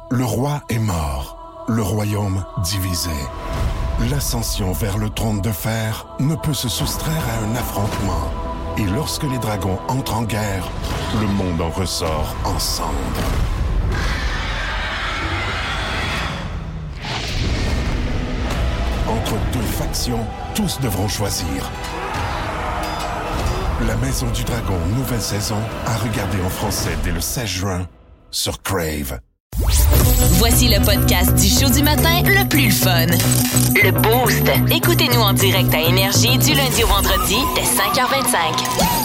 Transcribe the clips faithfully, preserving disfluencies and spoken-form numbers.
Le roi est mort, le royaume divisé. L'ascension vers le trône de fer ne peut se soustraire à un affrontement. Et lorsque les dragons entrent en guerre, le monde en ressort en cendres. Entre deux factions, tous devront choisir. La Maison du Dragon, nouvelle saison, à regarder en français dès le seize juin sur Crave. Voici le podcast du show du matin le plus fun. Le Boost. Écoutez-nous en direct à Énergie du lundi au vendredi dès cinq heures vingt-cinq.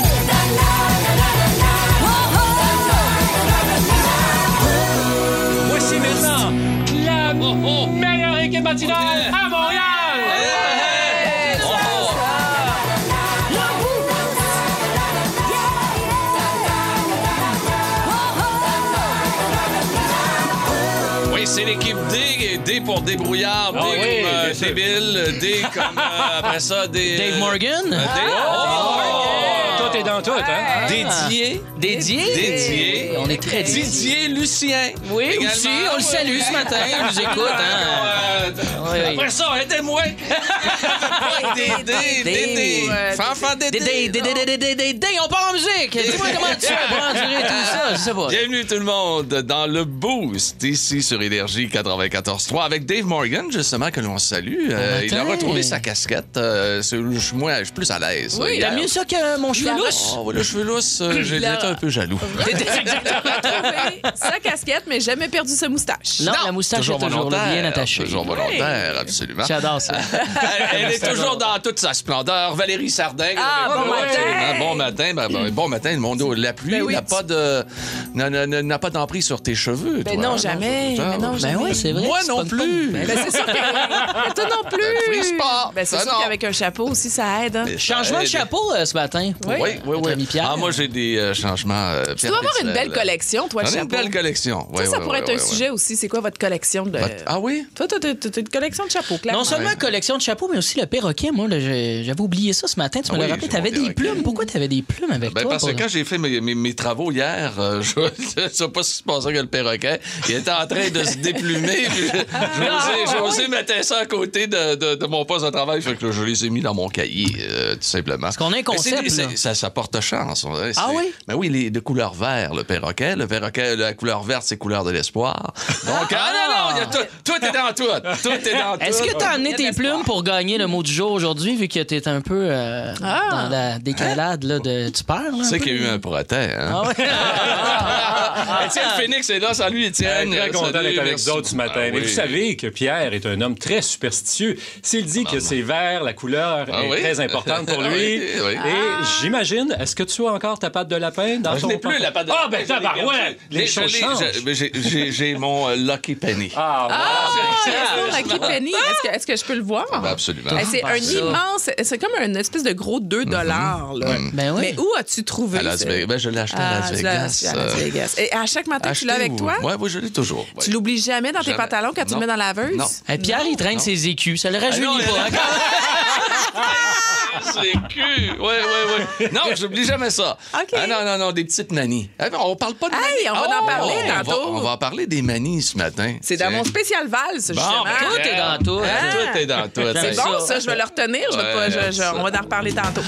Voici maintenant la oh, oh. meilleure équipe matinale à Montréal! Hey, hey, oh, oh. Oui, c'est l'équipe D, D pour débrouillard, D oh, comme oui, euh, débile, D comme euh, après ça, des... Dave Morgan? Euh, Dave, oh, oh, oh. Tout est dans tout, hein? Dédié. Dédié. Dédié. On est très dédié. Didier Lucien. Oui, également. aussi. On le salue ce matin. Il nous écoute, hein? Oui, oui. Après ça, aidez-moi. Dédé, Dédé. Fanfan Dédé. Dédé, Dédé, Dédé, Dédé, Dédé. On part en musique. Dis-moi comment tu fais pour endurer tout ça. Je sais pas. Bienvenue tout le monde dans le Boost ici sur Énergie quatre-vingt-quatorze trois avec Dave Morgan, justement, que l'on salue. Euh, il a retrouvé sa casquette. Euh, moi, je suis plus à l'aise. Oui, t'as mieux ça que mon cheveu lousse. Oh, le cheveu lousse, euh, j'ai été un peu jaloux. Retrouvé sa casquette, mais jamais perdu sa moustache. Non, non, la moustache toujours est toujours là, bien attachée. Toujours volontaire, absolument. J'adore ça. Elle, elle est toujours dans toute sa splendeur. Valérie Sardin. Ah, bon matin. Bon matin. Ben, ben, bon matin, le monde. La pluie ben oui, n'a, tu... pas de, n'a, n'a, n'a pas d'emprise sur tes cheveux. Ben toi, non, hein, jamais. Non, mais non, jamais. Ben oui, c'est vrai. Moi non plus. Ben, c'est sûr que... Mais toi non plus. Ben, pas. Ben, c'est ben sûr non. qu'avec un chapeau aussi, ça aide. Hein? Changement de chapeau euh, ce matin. Oui, oui, oui. oui. Pierre. Ah, moi, j'ai des euh, changements. Euh, tu dois avoir une belle collection, toi, de chapeaux. chapeaux. Une belle collection. Ça, oui, ça oui, pourrait oui, être oui, un oui. sujet aussi. C'est quoi votre collection de. Votre... Ah oui? Toi, tu as une collection de chapeaux, clairement. Non seulement collection de chapeaux, mais aussi le perroquet. Moi, là, j'avais oublié ça ce matin. Tu me ah l'as oui, rappelé. T'avais des plumes. Pourquoi t'avais des plumes avec ben, toi? Parce que quand j'ai fait mes, mes, mes travaux hier, euh, je ne sais pas ce qui se passait que le perroquet. Il était en train de se déplumer. J'ai osé mettre ça à côté de, de, de mon poste de travail. Fait que je les ai mis dans mon cahier, euh, tout simplement. Parce qu'on a un concept. C'est, c'est, ça, ça porte chance. C'est, ah oui? Ben oui, les, de couleur vert, le perroquet. Le perroquet, la couleur verte, c'est couleur de l'espoir. Donc, ah, non, non, il y a tout, tout est dans tout. Tout est dans tout. Est-ce que tu as amené tes plumes pour gagner le mot du jour aujourd'hui, vu que tu es un peu euh, ah. dans la décalade là, de, du père? Tu sais qu'il y a eu un protège, hein? Ah ouais. Étienne Phoenix est là. Salut, Étienne. Très content d'être avec vous autres ce matin. Ah, Mais oui. vous savez que Pierre est un homme très superstitieux. S'il dit ah, que c'est vert, la couleur ah, est oui? très importante pour lui. oui, oui. Et ah. j'imagine, est-ce que tu as encore ta patte de lapin dans je ton n'ai plus la patte de lapin. Ah, ben tabarouette! Les choses changent. J'ai, j'ai, j'ai mon euh, Lucky Penny. Ah, ah wow. Lucky Penny. Est-ce que, est-ce que je peux le voir? Ben absolument. Hey, c'est un immense... C'est comme une espèce de gros deux dollars. Mm-hmm. Là. Mm. Ben oui. Mais où as-tu trouvé à Las Vegas. Ben, je l'ai acheté à Las Vegas. À Las Vegas. Et à chaque matin, acheté tu l'as avec ou... toi? Oui, oui, je l'ai toujours. Ouais. Tu l'oublies jamais dans jamais. tes pantalons quand non. tu le mets dans la laveuse? Non. Hey, Pierre, non. il traîne non. ses écus. Ça le rajeunit ah, pas. C'est cul. Oui, oui, oui. Non, j'oublie jamais ça. Okay. Ah non, non, non, des petites manies. On parle pas de manies. Hey, on va oh, en parler on tantôt. Va, on va en parler des manies ce matin. C'est dans mon spécial valse, justement. Bon, tout est dans tout. Ah. Tout est dans tout. C'est bon, ça. ça. Je vais le retenir. Je vais ouais, pas, je, je, on va en reparler tantôt.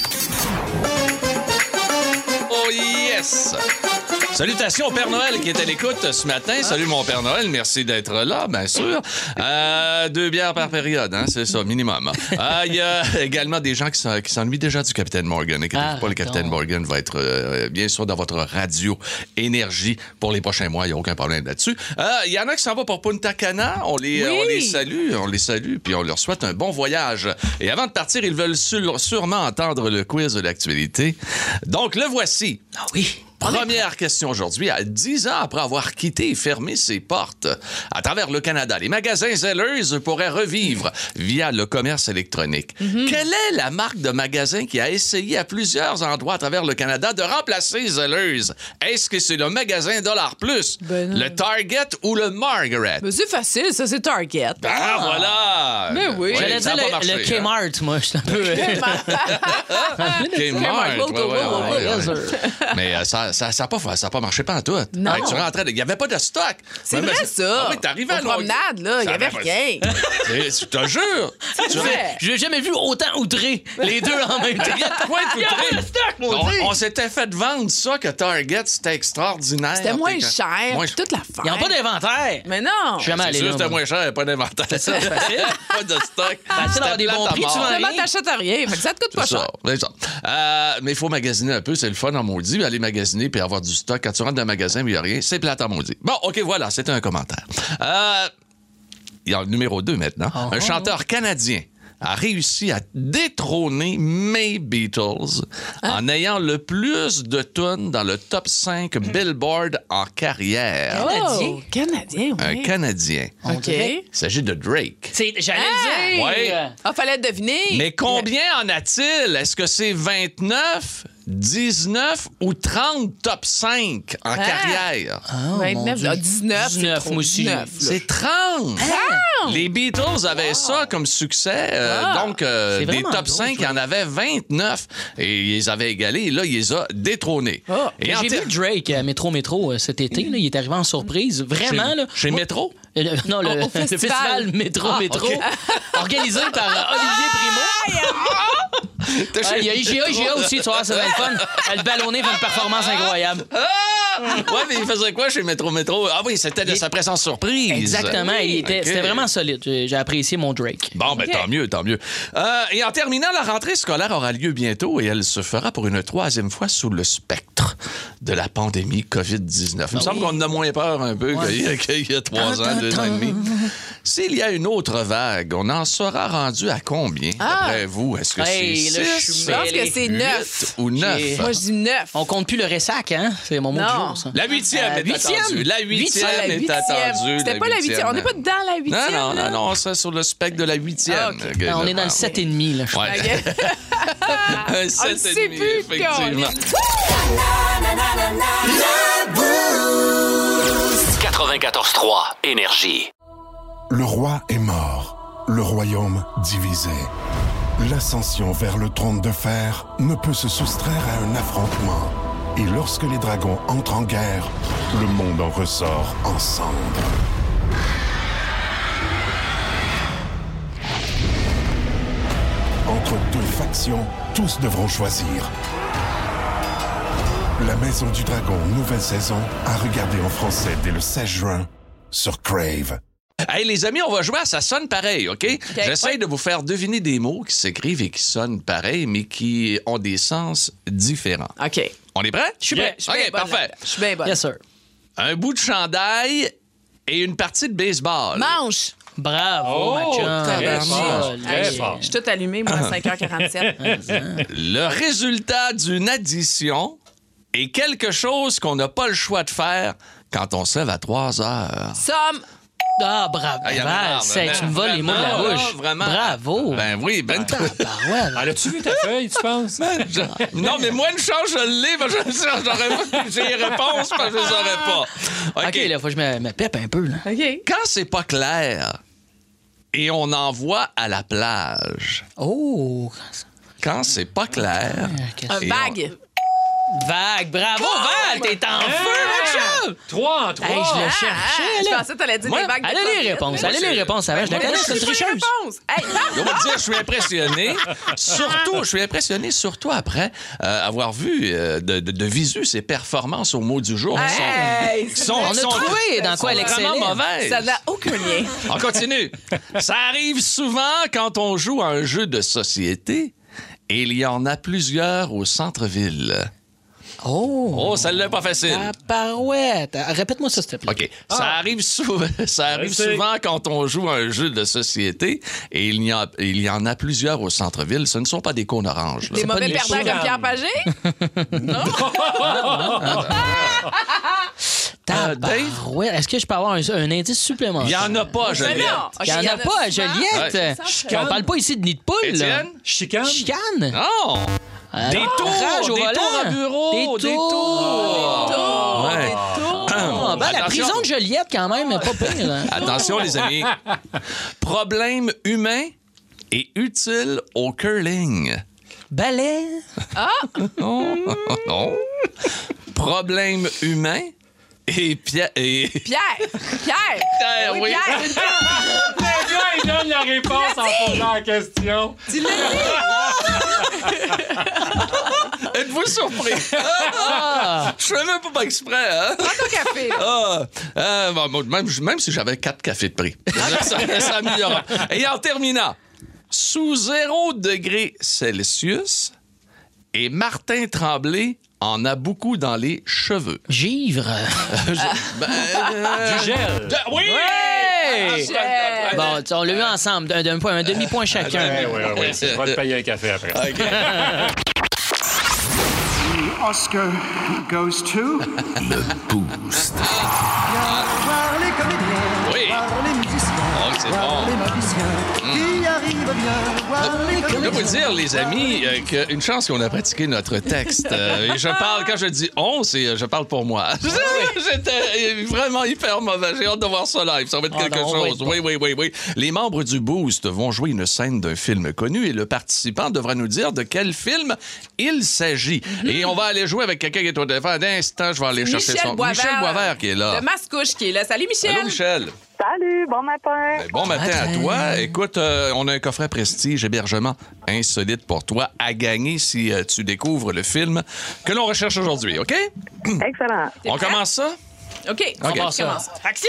Oh yes! Salutations au Père Noël qui est à l'écoute ce matin. Salut mon Père Noël, merci d'être là, bien sûr. Euh, deux bières par période, hein, c'est ça, minimum. Il euh, y a également des gens qui, qui s'ennuient déjà du Capitaine Morgan. Inquiétez-vous ah, pas, le Capitaine Morgan va être euh, bien sûr dans votre radio Énergie pour les prochains mois. Il n'y a aucun problème là-dessus. Il euh, y en a qui s'en vont pour Punta Cana. On les, oui. on les salue, on les salue, puis on leur souhaite un bon voyage. Et avant de partir, ils veulent sur, sûrement entendre le quiz de l'actualité. Donc, le voici. Ah oui. Première question aujourd'hui. À dix ans après avoir quitté et fermé ses portes à travers le Canada, les magasins Zellers pourraient revivre via le commerce électronique. Mm-hmm. Quelle est la marque de magasin qui a essayé à plusieurs endroits à travers le Canada de remplacer Zellers? Est-ce que c'est le magasin Dollar Plus, ben le Target ou le Margaret? Ben c'est facile, ça, c'est Target. Ah, ah voilà! Mais oui. oui J'allais dire le, marché, le Kmart, hein? Moi, je suis un peu... Kmart, ouais, ouais, ouais. Mais euh, ça, ça n'a pas, ça a pas marché pas en tout. Non. Hey, tu rentrais, il n'y avait pas de stock. C'est Ouais, vrai, mais- ça. Ah oui, t'arrivais Aux à Longueuil. promenades, là, il n'y Ça avait avait- rien. C'est- Je te jure. Tu vrai. J'ai jamais vu autant outré les deux en même temps. Quoi de Il y a outré? pas de stock, mon On, Dieu. on s'était fait vendre ça que Target, c'était extraordinaire. C'était moins T'es- cher, Moins- puis toute l'affaire. Ils n'ont pas d'inventaire. Mais non. Je suis jamais C'est allé sûr, là. c'était moi. moins cher, il n'y a pas d'inventaire. C'est ça, c'est facile. Pas de stock. Facile d'avoir des C'était bons plate à prix, tu mort. vends Finalement, rien. t'achètes rien. Fait que ça te coûte pas C'est cher. ça, c'est ça. Euh, mais il faut magasiner un peu, c'est le fun en maudit. Aller magasiner puis avoir du stock. Quand tu rentres dans un magasin, il n'y a rien, c'est plate en maudit. Bon, OK, voilà, c'était un commentaire. Euh, il y a le numéro deux maintenant. Oh, un oh. chanteur canadien a réussi à détrôner mes Beatles en ayant le plus de tunes dans le top cinq Billboard en carrière. Canadien. Oh, Canadien, oui. Un Canadien. OK. dirait. Il s'agit de Drake. C'est- J'allais Ah! le dire. Ouais. Ah, fallait deviner. Mais combien en a-t-il? Est-ce que c'est vingt-neuf, dix-neuf ou trente top cinq en Ah. carrière? Oh, mon vingt-neuf, Dieu. ah, dix-neuf. c'est dix-neuf, trop. moi aussi. dix-neuf, là. C'est trente! Les Beatles avaient ça comme succès. euh, Ah. donc, euh, C'est des vraiment top drôle, cinq, il y en avait vingt-neuf. Et ils les avaient égalés. Et là, il les a détrônés. Ah. Et en J'ai ter- vu Drake à Métro Métro euh, cet été. Là, il est arrivé en surprise. Vraiment, chez, là. chez Moi- Métro? Euh, le- non, le, Au- au le festival. festival Métro Ah, Métro, ok. organisé par euh, Olivier Primo. T'es Ah, chez il y a I G A, I G A aussi, tu vois, ça va être fun. Euh, Le ballonné fait une performance incroyable. Ah! Ouais, mais il faisait quoi chez Métro Métro? Ah oui, c'était de Il- sa présence surprise. Exactement, il était- Ok. c'était vraiment solide. J'ai j'ai apprécié mon Drake. Bon, ben OK. tant mieux, tant mieux. Euh, et en terminant, la rentrée scolaire aura lieu bientôt et elle se fera pour une troisième fois sous le spectre de la pandémie covid dix-neuf. Il me semble qu'on en a moins peur un peu qu'il y a- qu'il y a trois ans, deux ans et demi. S'il y a une autre vague, on en sera rendu à combien, Ah. d'après vous? Est-ce que Hey, c'est là, je six, suis Je pense que c'est neuf. huit ou neuf? Moi, je dis neuf. On compte plus le ressac, hein? C'est mon mot Non. du jour, ça. La huitième Euh, est huitième? attendue. La huitième Ah, la est huitième. attendue. C'était pas la huitième. On n'est pas dans la huitième. Non, non, là? non, non, on serait sur le spectre de la huitième. Ah, ok. Ok, Ah, on est dans le là, sept et demi, là. je Ouais. OK. Un On le sept sait et demi, plus, effectivement. quatre-vingt-quatorze trois Énergie. Le roi est mort, le royaume divisé. L'ascension vers le trône de fer ne peut se soustraire à un affrontement. Et lorsque les dragons entrent en guerre, le monde en ressort en cendres. Entre deux factions, tous devront choisir. La Maison du Dragon, nouvelle saison, à regarder en français dès le seize juin sur Crave. Hey, les amis, on va jouer à Ça sonne pareil, OK? J'essaie de vous faire deviner des mots qui s'écrivent et qui sonnent pareil, mais qui ont des sens différents. OK. On est prêt? suis prêt. Je suis bien OK, bonne parfait. là-dedans. Je suis bien bonne. Yes, sir. Un bout de chandail et une partie de baseball. Manche. Bravo, Oh, ma chum. très fort, Solide. très Hey, fort. Je suis tout allumé, moi, à cinq heures quarante-sept. Le résultat d'une addition est quelque chose qu'on n'a pas le choix de faire quand on se lève à trois heures. Somme. Ah, bravo. Ah, il y en a Val, marre, c'est- ben, tu me voles les mots de la vraiment, bouche. vraiment. Bravo. Ben oui, ben toi. Tabarouette. Ah, as-tu vu ta feuille, tu penses? Non, mais moi, une chance, je l'ai, parce que je- j'aurais pas. J'ai les réponses, parce que je les aurais pas. OK. OK, là, faut que je me, me pepe un peu, là. OK. Quand c'est pas clair et on envoie à la plage, Oh. quand c'est pas clair. qu'est-ce- Un et vague. Vague. Bravo, Val. T'es en feu, ma chum. Trois en trois. Hey, je le Ah, cherchais, ah, je là. pensais que t'allais dire Moi, des vagues de Elle a les COVID. réponses. Elle a c'est- les réponses. Avant, je la Mais connais, moi, c'est une je suis pas tricheuse. réponse. Hey, non. Je vais vous dire, je suis impressionné. Surtout, je suis impressionné, surtout après euh, avoir vu euh, de, de, de visu ses performances au mot du jour. qui sont- Hey, qui sont- On qui a sont- trouvé dans quoi elle sont vraiment excellait. mauvaises. ça n'a aucun lien. On continue. Ça arrive souvent quand on joue à un jeu de société et il y en a plusieurs au centre-ville. Oh. Oh, celle-là n'est pas facile. Tabarouette. Ah, répète-moi ça, s'il te plaît. OK. Ça arrive, sou- ça arrive Je sais. souvent quand on joue à un jeu de société et il y, a, il y en a plusieurs au centre-ville. Ce ne sont pas des cônes oranges. là. Les mauvais de perdants Michigan. comme Pierre Pagé? Euh, Dave? Tabarouette. Est-ce que je peux avoir un, un indice supplémentaire? Il n'y en a pas, Mais Juliette. non. Il n'y en a pas, souvent. Joliette. Ouais. On parle pas ici de nid de poule, là. Étienne? Chicane? Chicane? Non! Ah, Des tours! rage au Des volant. tours à bureau! Des Des tours. tours! Ouais. Des tours. Ah, ben, la Attention. prison de Joliette, quand même, est pas pire. hein. Attention, les amis. Problème humain et utile au curling. Balai. Non. non. problème humain et Pierre... Et... Pierre! Pierre! Pierre, oui. Pierre, une Le gars, il donne la réponse en posant la question. Tu l'as dit! Êtes-vous surpris? Ah, je fais même pas exprès, hein? Prends ton café, là. Ah, euh, bon, même, même si j'avais quatre cafés de prix, ça, ça améliore. Et en terminant, sous zéro degré Celsius, et Martin Tremblay en a beaucoup dans les cheveux. Givre. Ben, euh, Du gel. de- oui! Ouais! Gel. Bon, tu sais, on l'a eu ensemble, d'un, d'un point, un demi-point chacun. Oui, oui, oui. Je vais te payer un café après. Oscar goes to Boost. voir les comédiens, Oui. voir les musiciens, Oh, c'est voir bon. les magiciens qui arrivent bien, voir les Je dois comédiens. vous dire, les amis, euh, qu'une chance qu'on a pratiqué notre texte. Euh, et je parle, quand je dis on, c'est, euh, je parle pour moi. J'étais vraiment hyper mauvais. J'ai hâte de voir ça live. Ça va être Ah quelque non, on va chose. être Oui, oui, oui, oui. Les membres du Boost vont jouer une scène d'un film connu et le participant devra nous dire de quel film il s'agit. Et on va aller jouer avec quelqu'un qui est au téléphone. Un instant, je vais aller chercher Michel son... Boisvert. Michel Boisvert qui est là. De Mascouche qui est là. Salut, Michel. Allô, Michel. Salut, bon matin. Ben, bon matin à toi. Écoute, euh, on a un coffret prestige hébergement insolite pour toi à gagner si euh, tu découvres le film que l'on recherche aujourd'hui, OK? Excellent. T'es On prêt? commence ça? OK, on OK. va commencer. Action!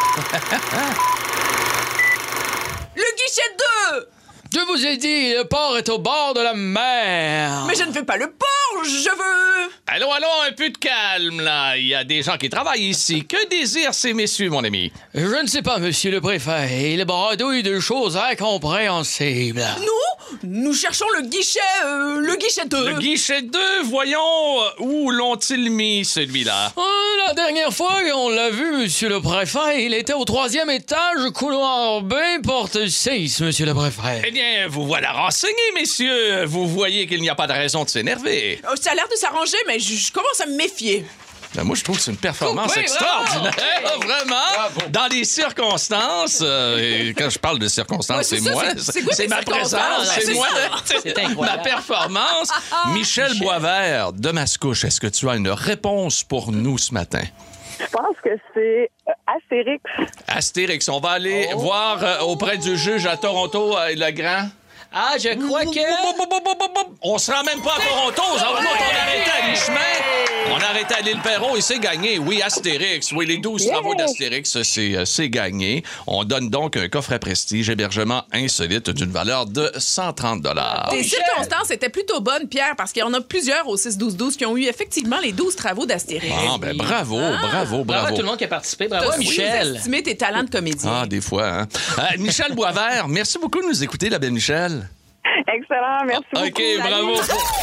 Le guichet deux! Je vous ai dit, le port est au bord de la mer. Mais je ne fais pas le port, je veux... Allô, allô, un peu de calme, là. Il y a des gens qui travaillent ici. Que désirent ces messieurs, mon ami? Je ne sais pas, monsieur le préfet. Il bradouille de choses incompréhensibles. Nous, nous cherchons le guichet... euh, le guichet deux. Le guichet deux, voyons, euh, où l'ont-ils mis, celui-là? Euh, la dernière fois qu'on l'a vu, monsieur le préfet, il était au troisième étage, couloir B, porte six, monsieur le préfet. Eh bien, vous voilà renseignés, messieurs. Vous voyez qu'il n'y a pas de raison de s'énerver. Oh, ça a l'air de s'arranger, mais je, je commence à me méfier. Ben, moi, je trouve que c'est une performance Oui, extraordinaire. bravo! Vraiment. Dans les circonstances, euh, et quand je parle de circonstances, Ouais, c'est c'est ça, moi. c'est- c'est quoi tes ma circonstances? présence, Ben, c'est c'est moi. ça. C'est Ma incroyable. performance. Michel Boisvert de Mascouche, est-ce que tu as une réponse pour nous ce matin? Je pense que c'est euh, Astérix. Astérix, on va aller voir euh, auprès du juge à Toronto, euh, le grand. Ah, je crois que... On se rend même pas à Toronto. On arrêtait à mi-chemin. On arrêtait à l'île Perrault et c'est gagné. Oui, Astérix. Oui, les douze travaux d'Astérix, c'est, euh, c'est gagné. On donne donc un coffret prestige, hébergement insolite d'une valeur de cent trente dollars. Tes circonstances étaient plutôt bonnes, Pierre, parce qu'il y en a plusieurs au six douze douze qui ont eu effectivement les douze travaux d'Astérix. Ah, ben bravo, bravo, Bravo bravo. à tout le monde qui a participé. Bravo à T'as Michel. estimé tes talents de comédien. Ah, des fois, hein. Euh, Michel Boisvert, merci beaucoup de nous écouter, la belle Michel. Excellent, merci beaucoup. OK, bravo.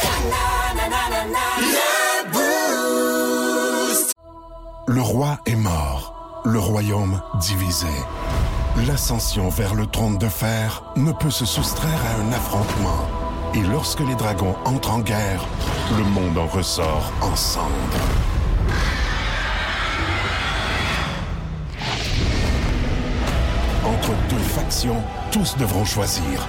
Le roi est mort, le royaume divisé. L'ascension vers le trône de fer ne peut se soustraire à un affrontement. Et lorsque les dragons entrent en guerre, le monde en ressort en cendres. Entre deux factions, tous devront choisir.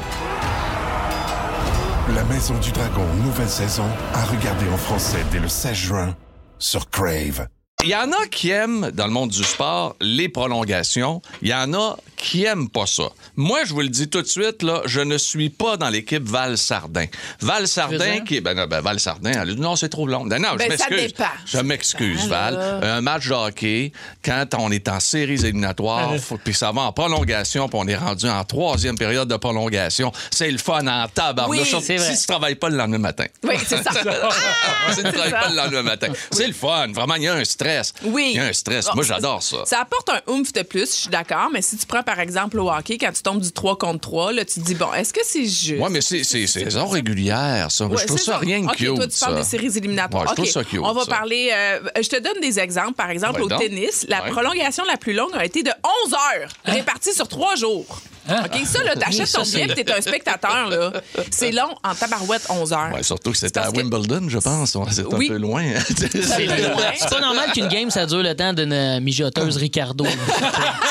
La Maison du Dragon, nouvelle saison, à regarder en français dès le seize juin sur Crave. Il y en a qui aiment, dans le monde du sport, les prolongations. Il y en a qui aiment pas ça. Moi, je vous le dis tout de suite, là, je ne suis pas dans l'équipe Val-Sardin. Val-Sardin, qui est... Ben, non, ben, Val-Sardin, elle a dit non, c'est trop long. Ben, non, Ben, je ça m'excuse. dépend. Je m'excuse, Val. Un match de hockey, quand on est en séries éliminatoires, faut- puis ça va en prolongation, puis on est rendu en troisième période de prolongation, c'est le fun en tabarnouche. Oui, Sauf c'est vrai. si tu travailles pas le lendemain matin. Oui, c'est ça. Si tu travailles ça. pas le lendemain matin. C'est le fun. Vraiment, il y a un stress. Oui. Il y a un stress. Bon, Moi, j'adore ça. Ça apporte un oomph de plus, je suis d'accord, mais si tu prends par exemple au hockey, quand tu tombes du trois contre trois, là, tu te dis, bon, est-ce que c'est juste? Oui, mais c'est c'est saison régulière, ça. Ouais, je trouve c'est ça rien OK, que cute, toi, tu parles ça. des séries éliminatoires. Ouais, je trouve OK, ça cute, on va ça. parler... euh, je te donne des exemples. Par exemple, Ouais, au donc. tennis, la Ouais. prolongation la plus longue a été de onze heures, répartie sur trois jours. OK, ça, là, t'achètes Ça, ton billet c'est- et t'es un spectateur, là. C'est long en tabarouette, onze heures. Ouais, surtout que c'était à parce que- Wimbledon, je pense. Ouais, c'est Oui. un peu loin. C'est loin. c'est pas normal qu'une game, ça dure le temps d'une mijoteuse Ricardo.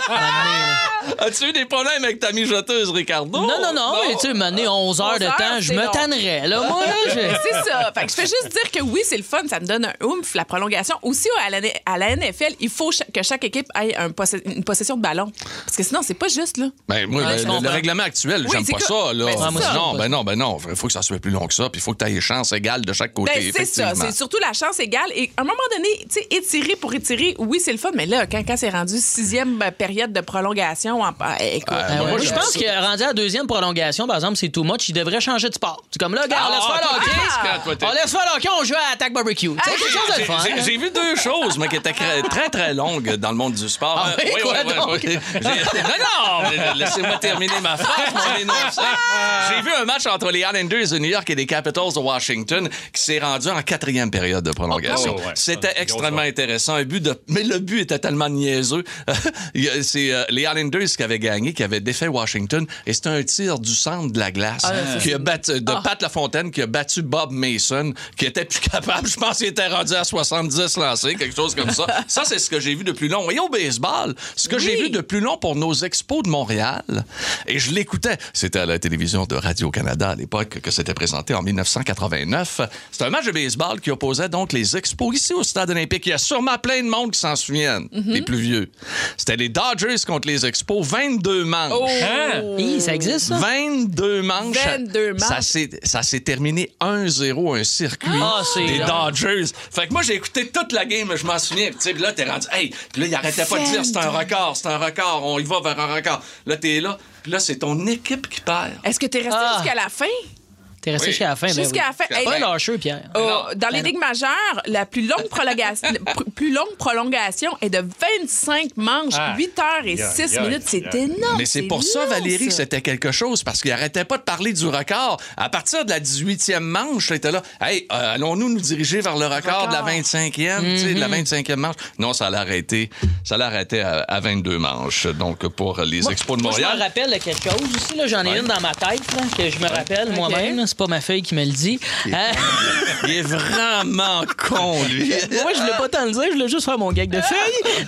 As-tu eu des problèmes avec ta mijoteuse, Ricardo? Non, non, non, mais tu sais, m'amener onze heures de onze temps, heures, je c'est me long. tannerais, là, moi, là, je... C'est ça. Fait que je fais juste dire que oui, c'est le fun, ça me donne un oomph, la prolongation. Aussi, à la, à la N F L, il faut cha- que chaque équipe ait un possé- une possession de ballon. Parce que sinon, c'est pas juste, là. Ben, moi, Ouais, ben, je le, comprends. le règlement actuel, Oui, j'aime c'est pas que- ça, là. Ben, c'est Non, ça. non, ben non, ben non. Il faut que ça soit plus long que ça, puis il faut que tu aies les chances égales de chaque côté, Ben, c'est ça. effectivement. C'est surtout la chance égale. Et à un moment donné, tu sais, étirer pour étirer, oui, c'est le fun, mais là, quand, quand c'est rendu sixième euh, période de prolongation, en... eh, écoute. Euh, Ah ouais, moi, je je- pense que rendu à la deuxième prolongation, par exemple, c'est too much, il devrait changer de sport. C'est comme là, regarde, on laisse Ah, faire toi, le t'es hockey. risquant, toi, t'es- On laisse faire le hockey, on joue à Attack Barbecue. C'est quelque chose de J'ai- fun. j'ai- J'ai vu deux choses, mais qui étaient cra- très, très longues dans le monde du sport. Ah Euh, oui, quoi donc? J'ai- Non, non, mais laissez-moi terminer ma phrase, mon énoncé. J'ai vu un match entre les Islanders de New York et les Capitals de Washington qui s'est rendu en quatrième période de prolongation. Oh, ouais. C'était Ah, extrêmement grosse intéressant. Un but de... Mais le but était tellement niaiseux. Il y a- C'est euh, les Islanders qui avaient gagné, qui avaient défait Washington, et c'était un tir du centre de la glace qui a battu, de Pat Lafontaine qui a battu Bob Mason, qui était plus capable. Je pense qu'il était rendu à soixante-dix lancés, quelque chose comme ça. Ça, c'est ce que j'ai vu de plus long. Et au baseball, ce que j'ai vu de plus long pour nos expos de Montréal, et je l'écoutais, c'était à la télévision de Radio-Canada à l'époque que c'était présenté en dix-neuf cent quatre-vingt-neuf. C'était un match de baseball qui opposait donc les expos ici au Stade olympique. Il y a sûrement plein de monde qui s'en souviennent, les plus vieux. C'était les Dodgers contre les expos, vingt-deux manches. Oh! Hi, ça existe, ça? vingt-deux manches. vingt-deux manches. Ça s'est, ça s'est terminé un zéro, un circuit Ah, c'est des long. Dodgers. Fait que moi, j'ai écouté toute la game, je m'en souviens. Puis, tu sais, là, t'es rendu, hey, puis là, il arrêtait pas de dire, c'est un record, c'est un record, on y va vers un record. Là, t'es là, puis là, c'est ton équipe qui perd. Est-ce que t'es resté Ah. jusqu'à la fin? T'es resté Oui. jusqu'à la fin. ben Jusqu'à oui. la fin. Jusqu'à Hey, Pas ben, lâcheux, Pierre. Oh, non. dans les ligues majeures, la plus longue, prolongation, pr- plus longue prolongation est de vingt-cinq manches, Ah. huit heures et Yeah, six yeah, minutes. C'est yeah. énorme. Mais c'est pour ça, long, Valérie, que ça. c'était quelque chose, parce qu'il arrêtait pas de parler du record. À partir de la dix-huitième manche, il était là, hey, euh, allons-nous nous diriger vers le record, de la vingt-cinquième, tu sais, de la vingt-cinquième manche? Non, ça l'a arrêté. Ça l'a arrêté à, à vingt-deux manches, donc pour les expos de Moi, je me Montréal. rappelle de quelque chose aussi. Là, j'en ai Ouais. une dans ma tête là, que je me rappelle moi-même. là. C'est pas ma feuille qui me le dit. Hein? Il est vraiment con, lui. Moi, je voulais pas t'en le dire. Je voulais juste faire mon gag de feuille.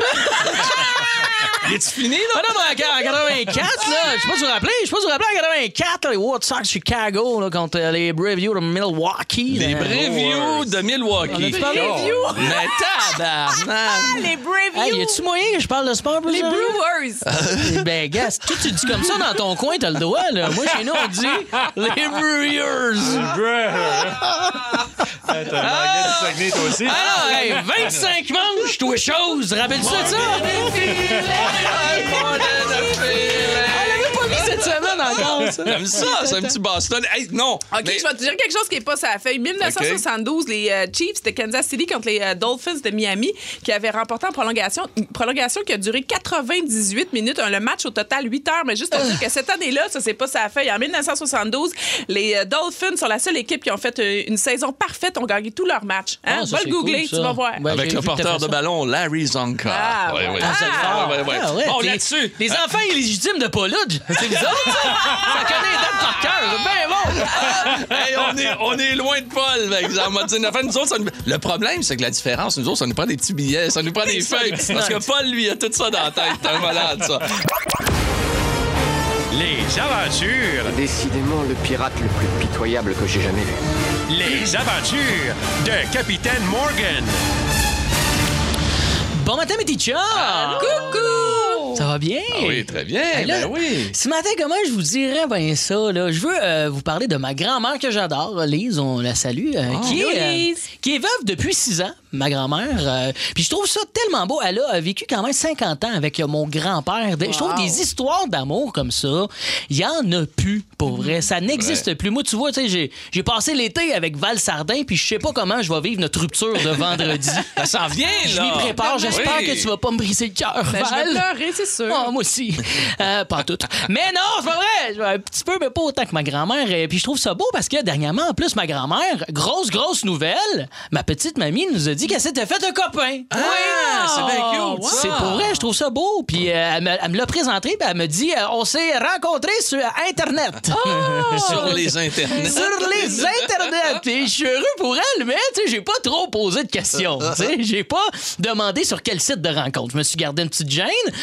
Es-tu fini, Ah là? non, mais en quatre-vingt-quatre, là, je sais pas si vous vous rappelez, je sais pas si vous vous rappelez, en quatre-vingt-quatre, là, les White Sox Chicago là, contre euh, les Bravos de Milwaukee. Les là. Brevieux de On Milwaukee. a-tu parlé? Mais tabarnak! Les Braves Hey, y a-tu moyen que je parle de sport plus Les ça, là? Brewers. Ben, gars, si toi, tu dis comme ça dans ton coin, t'as le droit, là. Moi, chez nous, on dit les Brewers. T'as un magasin de Saguenay, toi aussi? Alors, hey, vingt-cinq manches, toi, chose. Rappelle-tu ça, de ça? On l'avait pas mis cette semaine encore, ça. J'aime ça, c'est un petit Boston. Hey, non! OK, mais- je vais te dire quelque chose qui n'est pas sur la feuille. dix-neuf cent soixante-douze, les euh, Chiefs de Kansas City contre les euh, Dolphins de Miami qui avaient remporté en prolongation, une prolongation qui a duré quatre-vingt-dix-huit minutes. Un- Le match au total huit heures. Mais juste à dire que cette année-là, ça, c'est pas sur la feuille. En dix-neuf cent soixante-douze, les euh, Dolphins sont la seule équipe qui ont fait euh, une saison parfaite, ont gagné tous leurs matchs. Hein? Ah, ça, Va c'est le googler, cool, tu ça. vas voir. Ben, Avec j'ai le vu que t'as porteur fait de ça. ballon, Larry Zonka. Ah, ouais, ouais. ah. Ah, ouais, ouais. Ah ouais, Bon, les- là-dessus. Les hein? enfants illégitimes de Paulude, c'est vous autres, ça? Ça connaît les dates par cœur, c'est bien bon. Hey, on, est, on est loin de Paul, par exemple. On dit, une affaire, nous autres, ça nous- Le problème, c'est que la différence, nous autres, ça nous prend des petits billets, ça nous prend des Ça, feuilles. des petits Parce que notes. Paul, lui, a tout ça dans la tête. C'est un malade, ça. Les aventures, Décidément le pirate le plus pitoyable que j'ai jamais vu. les aventures de Capitaine Morgan. Bon matin, mes teachers! Coucou! Ça va bien? Ah oui, très bien. Hey, là, ben oui. Ce matin, comment je vous dirais ben ça? Là? Je veux euh, vous parler de ma grand-mère que j'adore, Lise, on la salue, euh, qui, Hello, est, euh, Lise. qui est veuve depuis six ans, ma grand-mère. euh, Puis je trouve ça tellement beau. Elle a vécu quand même cinquante ans avec euh, mon grand-père. Je trouve Wow. des histoires d'amour comme ça, il y en a plus, pour vrai. Ça n'existe plus. Moi, tu vois, tu sais, j'ai j'ai passé l'été avec Val Sardin, puis je sais pas comment je vais vivre notre rupture de vendredi. Ça s'en vient, là. Je m'y prépare. J'espère Oui. que tu vas pas me briser le cœur, Ben, je Val. vais pleurer, c'est sûr. Ah, moi aussi. Euh, pas toutes. Mais non, c'est pas vrai. Je vais un petit peu, mais pas autant que ma grand-mère. Et puis je trouve ça beau parce que dernièrement, en plus, ma grand-mère, grosse, grosse nouvelle, ma petite mamie nous a dit qu'elle s'était fait un copain. Ah, c'est bien cute, ça. C'est pour vrai, je trouve ça beau. Puis euh, elle, me, elle me l'a présenté, puis elle me dit euh, on s'est rencontrés sur Internet. Sur les internets. Sur les internets. Puis je suis heureux pour elle, mais tu sais, j'ai pas trop posé de questions. Tu sais, j'ai pas demandé sur quel site de rencontre. Je me suis gardé une petite gêne parce que moi, dans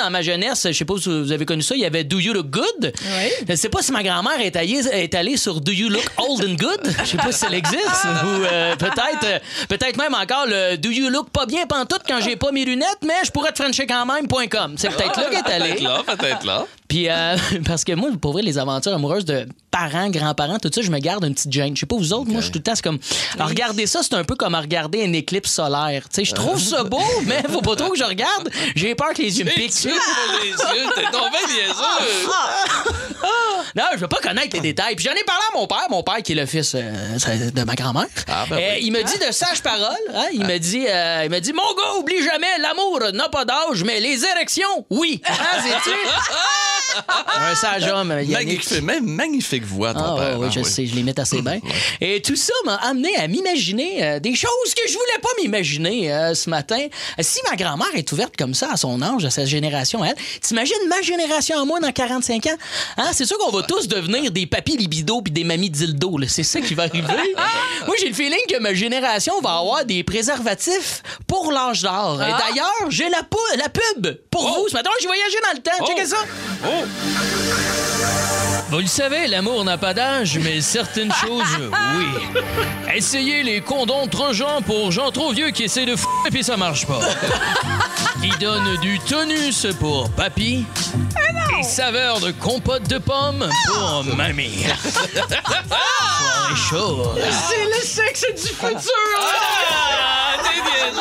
dans ma jeunesse, je sais pas si vous avez connu ça, il y avait Do You Look Good? Oui. Je sais pas si ma grand-mère est allée, est allée sur Do You Look Old and Good? Je sais pas si ça existe. Ou euh, peut-être euh, peut-être même encore le Do You Look pas bien pantoute quand j'ai pas mes lunettes, mais je pourrais te frencher quand même, point com. C'est peut-être là qu'elle est allée. Peut-être là, peut-être là. Puis, euh, parce que moi, pour vrai, les aventures amoureuses de parents, grands-parents, tout ça, je me garde une petite gêne. Je sais pas vous autres, okay. Moi, je suis tout le temps, c'est comme. Alors, regarder ça, c'est un peu comme regarder une éclipse solaire. Tu sais, je trouve ça beau, mais faut pas trop que je regarde. J'ai peur que les yeux me piquent. Tu les yeux, t'es tombé niaiseux. Non, je veux pas connaître les détails. Puis j'en ai parlé à mon père, mon père qui est le fils euh, de ma grand-mère. Ah, ben euh, oui. Il me dit de sages paroles. Hein? Il ah. me dit, euh, il me dit, mon gars, oublie jamais, l'amour n'a pas d'âge, mais les érections, oui. Hein, sais-tu? Un sage homme, Yannick. Magnifique, même magnifique voix, ton ah, père. Oui, hein, je oui. sais, je les mets assez bien. Et tout ça m'a amené à m'imaginer euh, des choses que je voulais pas m'imaginer euh, ce matin. Si ma grand-mère est ouverte comme ça à son âge, à sa génération, elle, t'imagines ma génération à moi dans quarante-cinq ans? Hein? C'est sûr qu'on va tous devenir des papis libido puis des mamies dildo. Là. C'est ça qui va arriver. Moi, j'ai le feeling que ma génération va avoir des préservatifs pour l'âge d'or. Ah. Et d'ailleurs, j'ai la, pu- la pub pour oh. vous. Ce matin, j'ai voyagé dans le temps. Oh. Checkez ça. Oh. Vous le savez, l'amour n'a pas d'âge, mais certaines choses, oui. Essayez les condoms trop gens pour gens trop vieux qui essaient de f*** et puis ça marche pas. Ils donnent du tonus pour papy. Et saveur de compote de pommes pour mamie. Soirée chaude. C'est le sexe du futur! Ah! T'es bien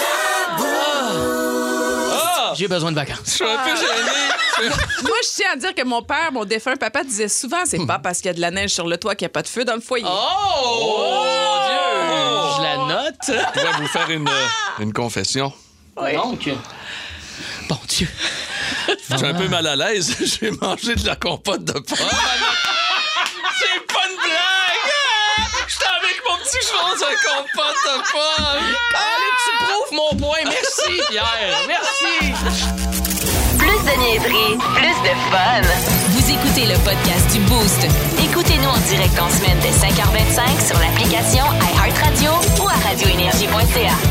J'ai besoin de vacances. Je suis un peu gêné. Moi, je tiens à dire que mon père, mon défunt papa, disait souvent c'est pas parce qu'il y a de la neige sur le toit qu'il n'y a pas de feu dans le foyer. Oh! Oh mon Dieu! Je la note. Je vais vous faire une, une confession. Oui. Donc, bon Dieu. Je suis un peu mal à l'aise. J'ai mangé de la compote de pommes. C'est pas une blague! J'étais avec mon petit chose de compote de pommes. Allez, tu prouves mon point. Merci, Pierre. Merci. Plus de niaiserie, plus de fun. Vous écoutez le podcast du Boost. Écoutez-nous en direct en semaine dès cinq heures vingt-cinq sur l'application iHeartRadio ou à radio énergie point c a.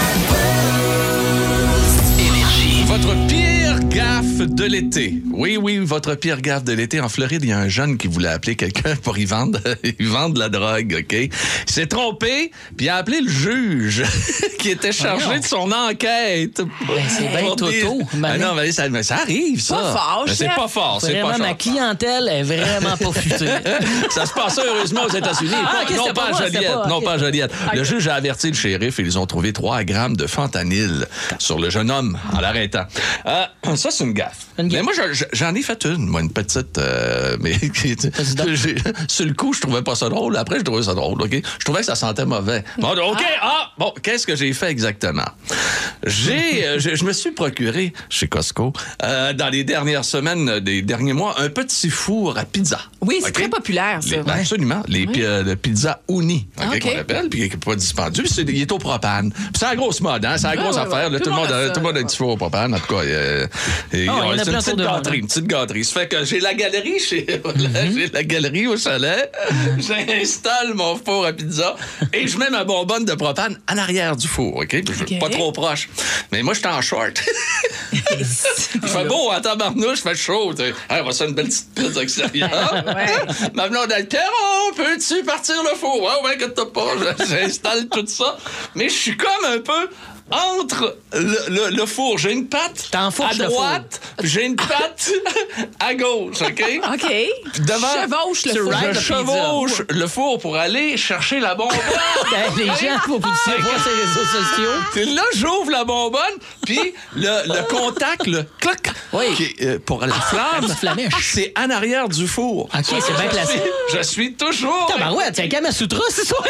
Votre pire gaffe de l'été. Oui, oui, votre pire gaffe de l'été. En Floride, il y a un jeune qui voulait appeler quelqu'un pour y vendre, y vendre de la drogue, OK? Il s'est trompé, puis il a appelé le juge qui était chargé oh de son enquête. Ben, c'est bien toto. Ah non, mais ça, mais ça arrive, ça. Pas fort, ben, c'est pas fort, c'est vraiment, pas fort. Ma clientèle est vraiment pas futée. Ça se passe heureusement aux États-Unis. Ah, okay, non, pas, pas à Joliette. Pas, non, okay. pas à Joliette. Okay. Le juge a averti le shérif et ils ont trouvé trois grammes de fentanyl sur le jeune homme en l'arrêtant. Euh, ça, c'est une gaffe. Une mais moi, je, j'en ai fait une, moi, une petite. Euh, mais sur le coup, je trouvais pas ça drôle. Après, je trouvais ça drôle. OK? Je trouvais que ça sentait mauvais. Bon, OK. Ah, bon, qu'est-ce que j'ai fait exactement? J'ai, euh, je me suis procuré chez Costco, euh, dans les dernières semaines, des derniers mois, un petit four à pizza. Oui, c'est okay? très populaire, ça. Les, ben, absolument. Les oui. euh, le pizza Uni, okay, okay. qu'on appelle, puis qui n'est pas dispendieux. Puis il est au propane. Puis c'est la grosse mode, hein? C'est la grosse ah, affaire. Ouais, là, tout, tout, le monde a, tout le monde a un petit four au propane. En tout cas, euh, et, oh, ouais, c'est une petite gâterie, une petite gâterie. Ça fait que j'ai la galerie chez... Mm-hmm. J'ai la galerie au chalet. J'installe mon four à pizza et je mets ma bonbonne de propane en arrière du four, OK? okay. Pas trop proche. Mais moi, j'étais en short. Il fait beau, à tabarnouche, il fait chaud. Hey, on va se faire une belle petite pizza extérieure. Ouais. Ma blonde a dit, Pierrot, peux-tu partir le four? Ouais, ouais, inquiète-toi pas. J'installe tout ça. Mais je suis comme un peu... entre le, le, le four. J'ai une patte à droite, puis j'ai une patte à gauche, OK? OK. Devant, chevauche le four. Je chevauche le four pour aller chercher la bonbonne. Ben, les gens, faut que tu vois ces réseaux sociaux. Puis là, j'ouvre la bonbonne, puis le, le contact, le cloc, oui. qui, euh, pour la flamme, c'est en arrière du four. OK, c'est bien placé. Je suis toujours... Tabarouette, c'est un Kamasutra, c'est ça?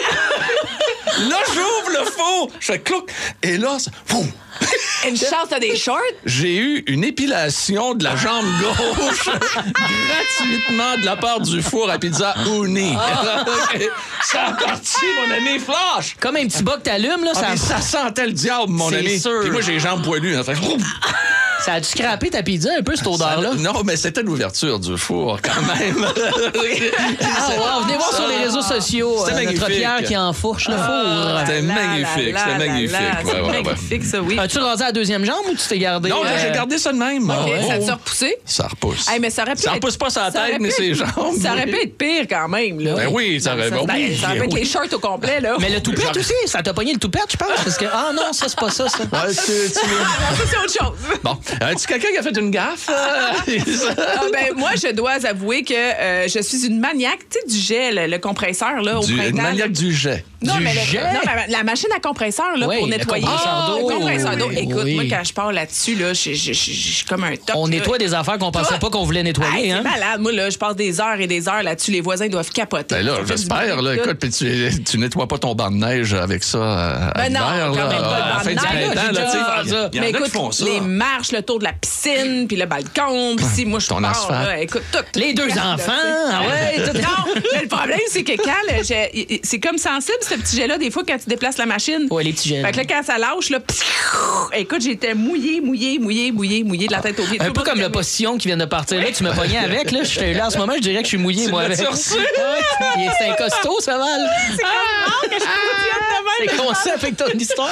Là, j'ouvre le four, je fais clouc, et là, ça... Une chance, t'as des shorts? J'ai eu une épilation de la jambe gauche gratuitement de la part du four à pizza Uni. Ah. Ça a parti, mon ami Flash. Comme un petit bas que t'allumes, là. Ah, ça... ça sentait le diable, mon c'est ami. Sûr. Puis moi, j'ai les jambes poilues. Hein, fait... Ça a dû scraper ta pizza un peu, cette odeur-là? Ça, non, mais c'était l'ouverture du four, quand même. Ah, wow, venez voir sur les réseaux sociaux C'était euh, notre magnifique. Pierre qui enfourche le four. C'était magnifique, c'était magnifique. C'est Ouais, ouais, ouais. magnifique, ça, oui. As-tu rasé à la deuxième jambe ou tu t'es gardé? Non, euh, j'ai gardé ça de même. OK, Oh, ça oh. t'a repoussé? Ça repousse. Hey, mais ça aurait pu Ça être- repousse pas sa ça aurait tête, mais pu ses être- jambes. Ça aurait pu être pire quand même, là. Ben oui, ça aurait Ça, bon, ben, oui. ça aurait pu être Oui. les shorts au complet, là. Mais le toupette aussi, ça t'a pogné le toupette, je pense. Parce que, ah non, ça, c'est pas ça, ça. Ouais, tu- tu- Non, ça, c'est autre chose. Bon, as-tu quelqu'un qui a fait une gaffe? Ah, ben, moi, je dois avouer que euh, je suis une maniaque, tu sais, du jet, le, le compresseur, là, au Du, printemps. une maniaque du jet. Non, Du mais le- jet? non, mais la machine à compresseur, là, Oui, pour le nettoyer. compresseur d'eau. Le compresseur d'eau. Oui, Écoute, oui. moi, quand je pars là-dessus, là, je je- je- je suis comme un top. On là. nettoie des affaires qu'on pensait Toi? pas qu'on voulait nettoyer, Hey, hein? c'est malade. Moi, là, je passe des heures et des heures là-dessus. Les voisins doivent capoter. Ben là, Ça fait du j'espère, bruit, là. tout. Écoute, puis tu, tu nettoies pas ton banc de neige avec ça euh, à Ben non, l'hiver, quand là, même pas le à la banc fin de du neige, printemps, j'ai là, tu sais. déjà- Il y en a Mais qui écoute, font ça. les marches, le tour de la piscine, puis le balcon, puis si moi je Ton pars, asphalte. là, écoute, tout. Les deux Regarde, enfants, là, ah ouais, tout- Non, mais le problème, c'est que quand le jet- c'est comme sensible, ce petit jet-là, des fois, quand tu déplaces la machine. Ouais, les petits jets. Fait que là, quand ça lâche, là, écoute, j'étais mouillée, mouillée, mouillée, mouillée, mouillée de la tête aux pieds. Un Tout peu le comme monde le était- postillon qui vient de partir. Là, tu me pognais avec. Là, je suis là en ce moment, je dirais que je suis mouillé, Tu moi, avec. l'as-tu reçu? Ouais, il est- c'est un costaud, ça va. là. C'est comme rare que je suis C'est qu'on sait avec ton histoire.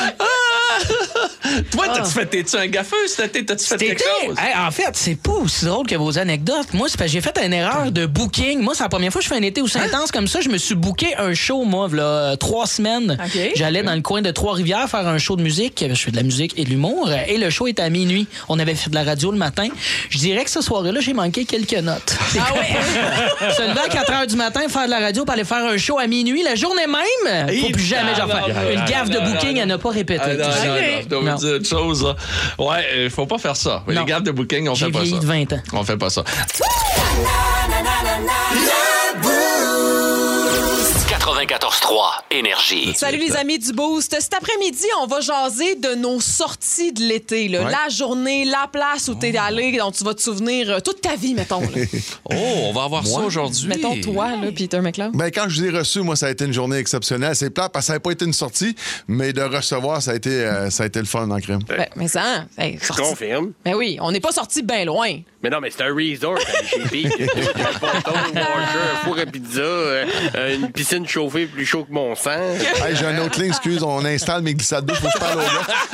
Toi, t'as-tu fait, t'es-tu un gaffeux cet été? T'as-tu fait quelque T'étais- chose? Hey, en fait, c'est pas aussi drôle que vos anecdotes. Moi, c'est parce que j'ai fait une erreur de booking. Moi, c'est la première fois que je fais un été aussi Hein? intense comme ça. Je me suis booké un show, moi, là, euh, trois semaines. OK. J'allais dans le coin de Trois-Rivières faire un show de musique. Je fais de la musique et de l'humour. Et le show était à minuit. On avait fait de la radio le matin. Je dirais que ce soir-là, j'ai manqué quelques notes. Ah ouais? Se lever à quatre heures du matin, faire de la radio, pour aller faire un show à minuit, la journée même, faut plus jamais j'en faire. Une gaffe de booking à ne pas répéter. Ah, non, non, non, je dois Non. vous dire une chose. Là. Ouais, il faut pas faire ça. Non. Les gaffes de booking, on J'ai fait pas vieilli ça. de vingt ans. On fait pas ça. quatre-vingt-quatorze trois Énergie. Salut les amis du Boost. Cet après-midi, on va jaser de nos sorties de l'été. là. Ouais. La journée, la place où t'es allé, dont tu vas te souvenir euh, toute ta vie, mettons. là. Oh, on va avoir ça aujourd'hui. Mettons toi, là, Peter McLeod. Ben, quand je vous ai reçu, moi, ça a été une journée exceptionnelle. C'est plat parce que ça n'a pas été une sortie, mais de recevoir, ça a été, euh, ça a été le fun en crème. Ben, mais ça, hey, Je sorti- confirme. Ben oui, on n'est pas sorti bien loin. Mais non, mais c'est un resort à chez Pete. Il y a tout, un ponton, un washer, un four à pizza, euh, euh, une piscine chauffée plus chaud que mon sang. Hey, j'ai une autre ligne, excuse, on installe mes glissades d'eau, faut que je parle au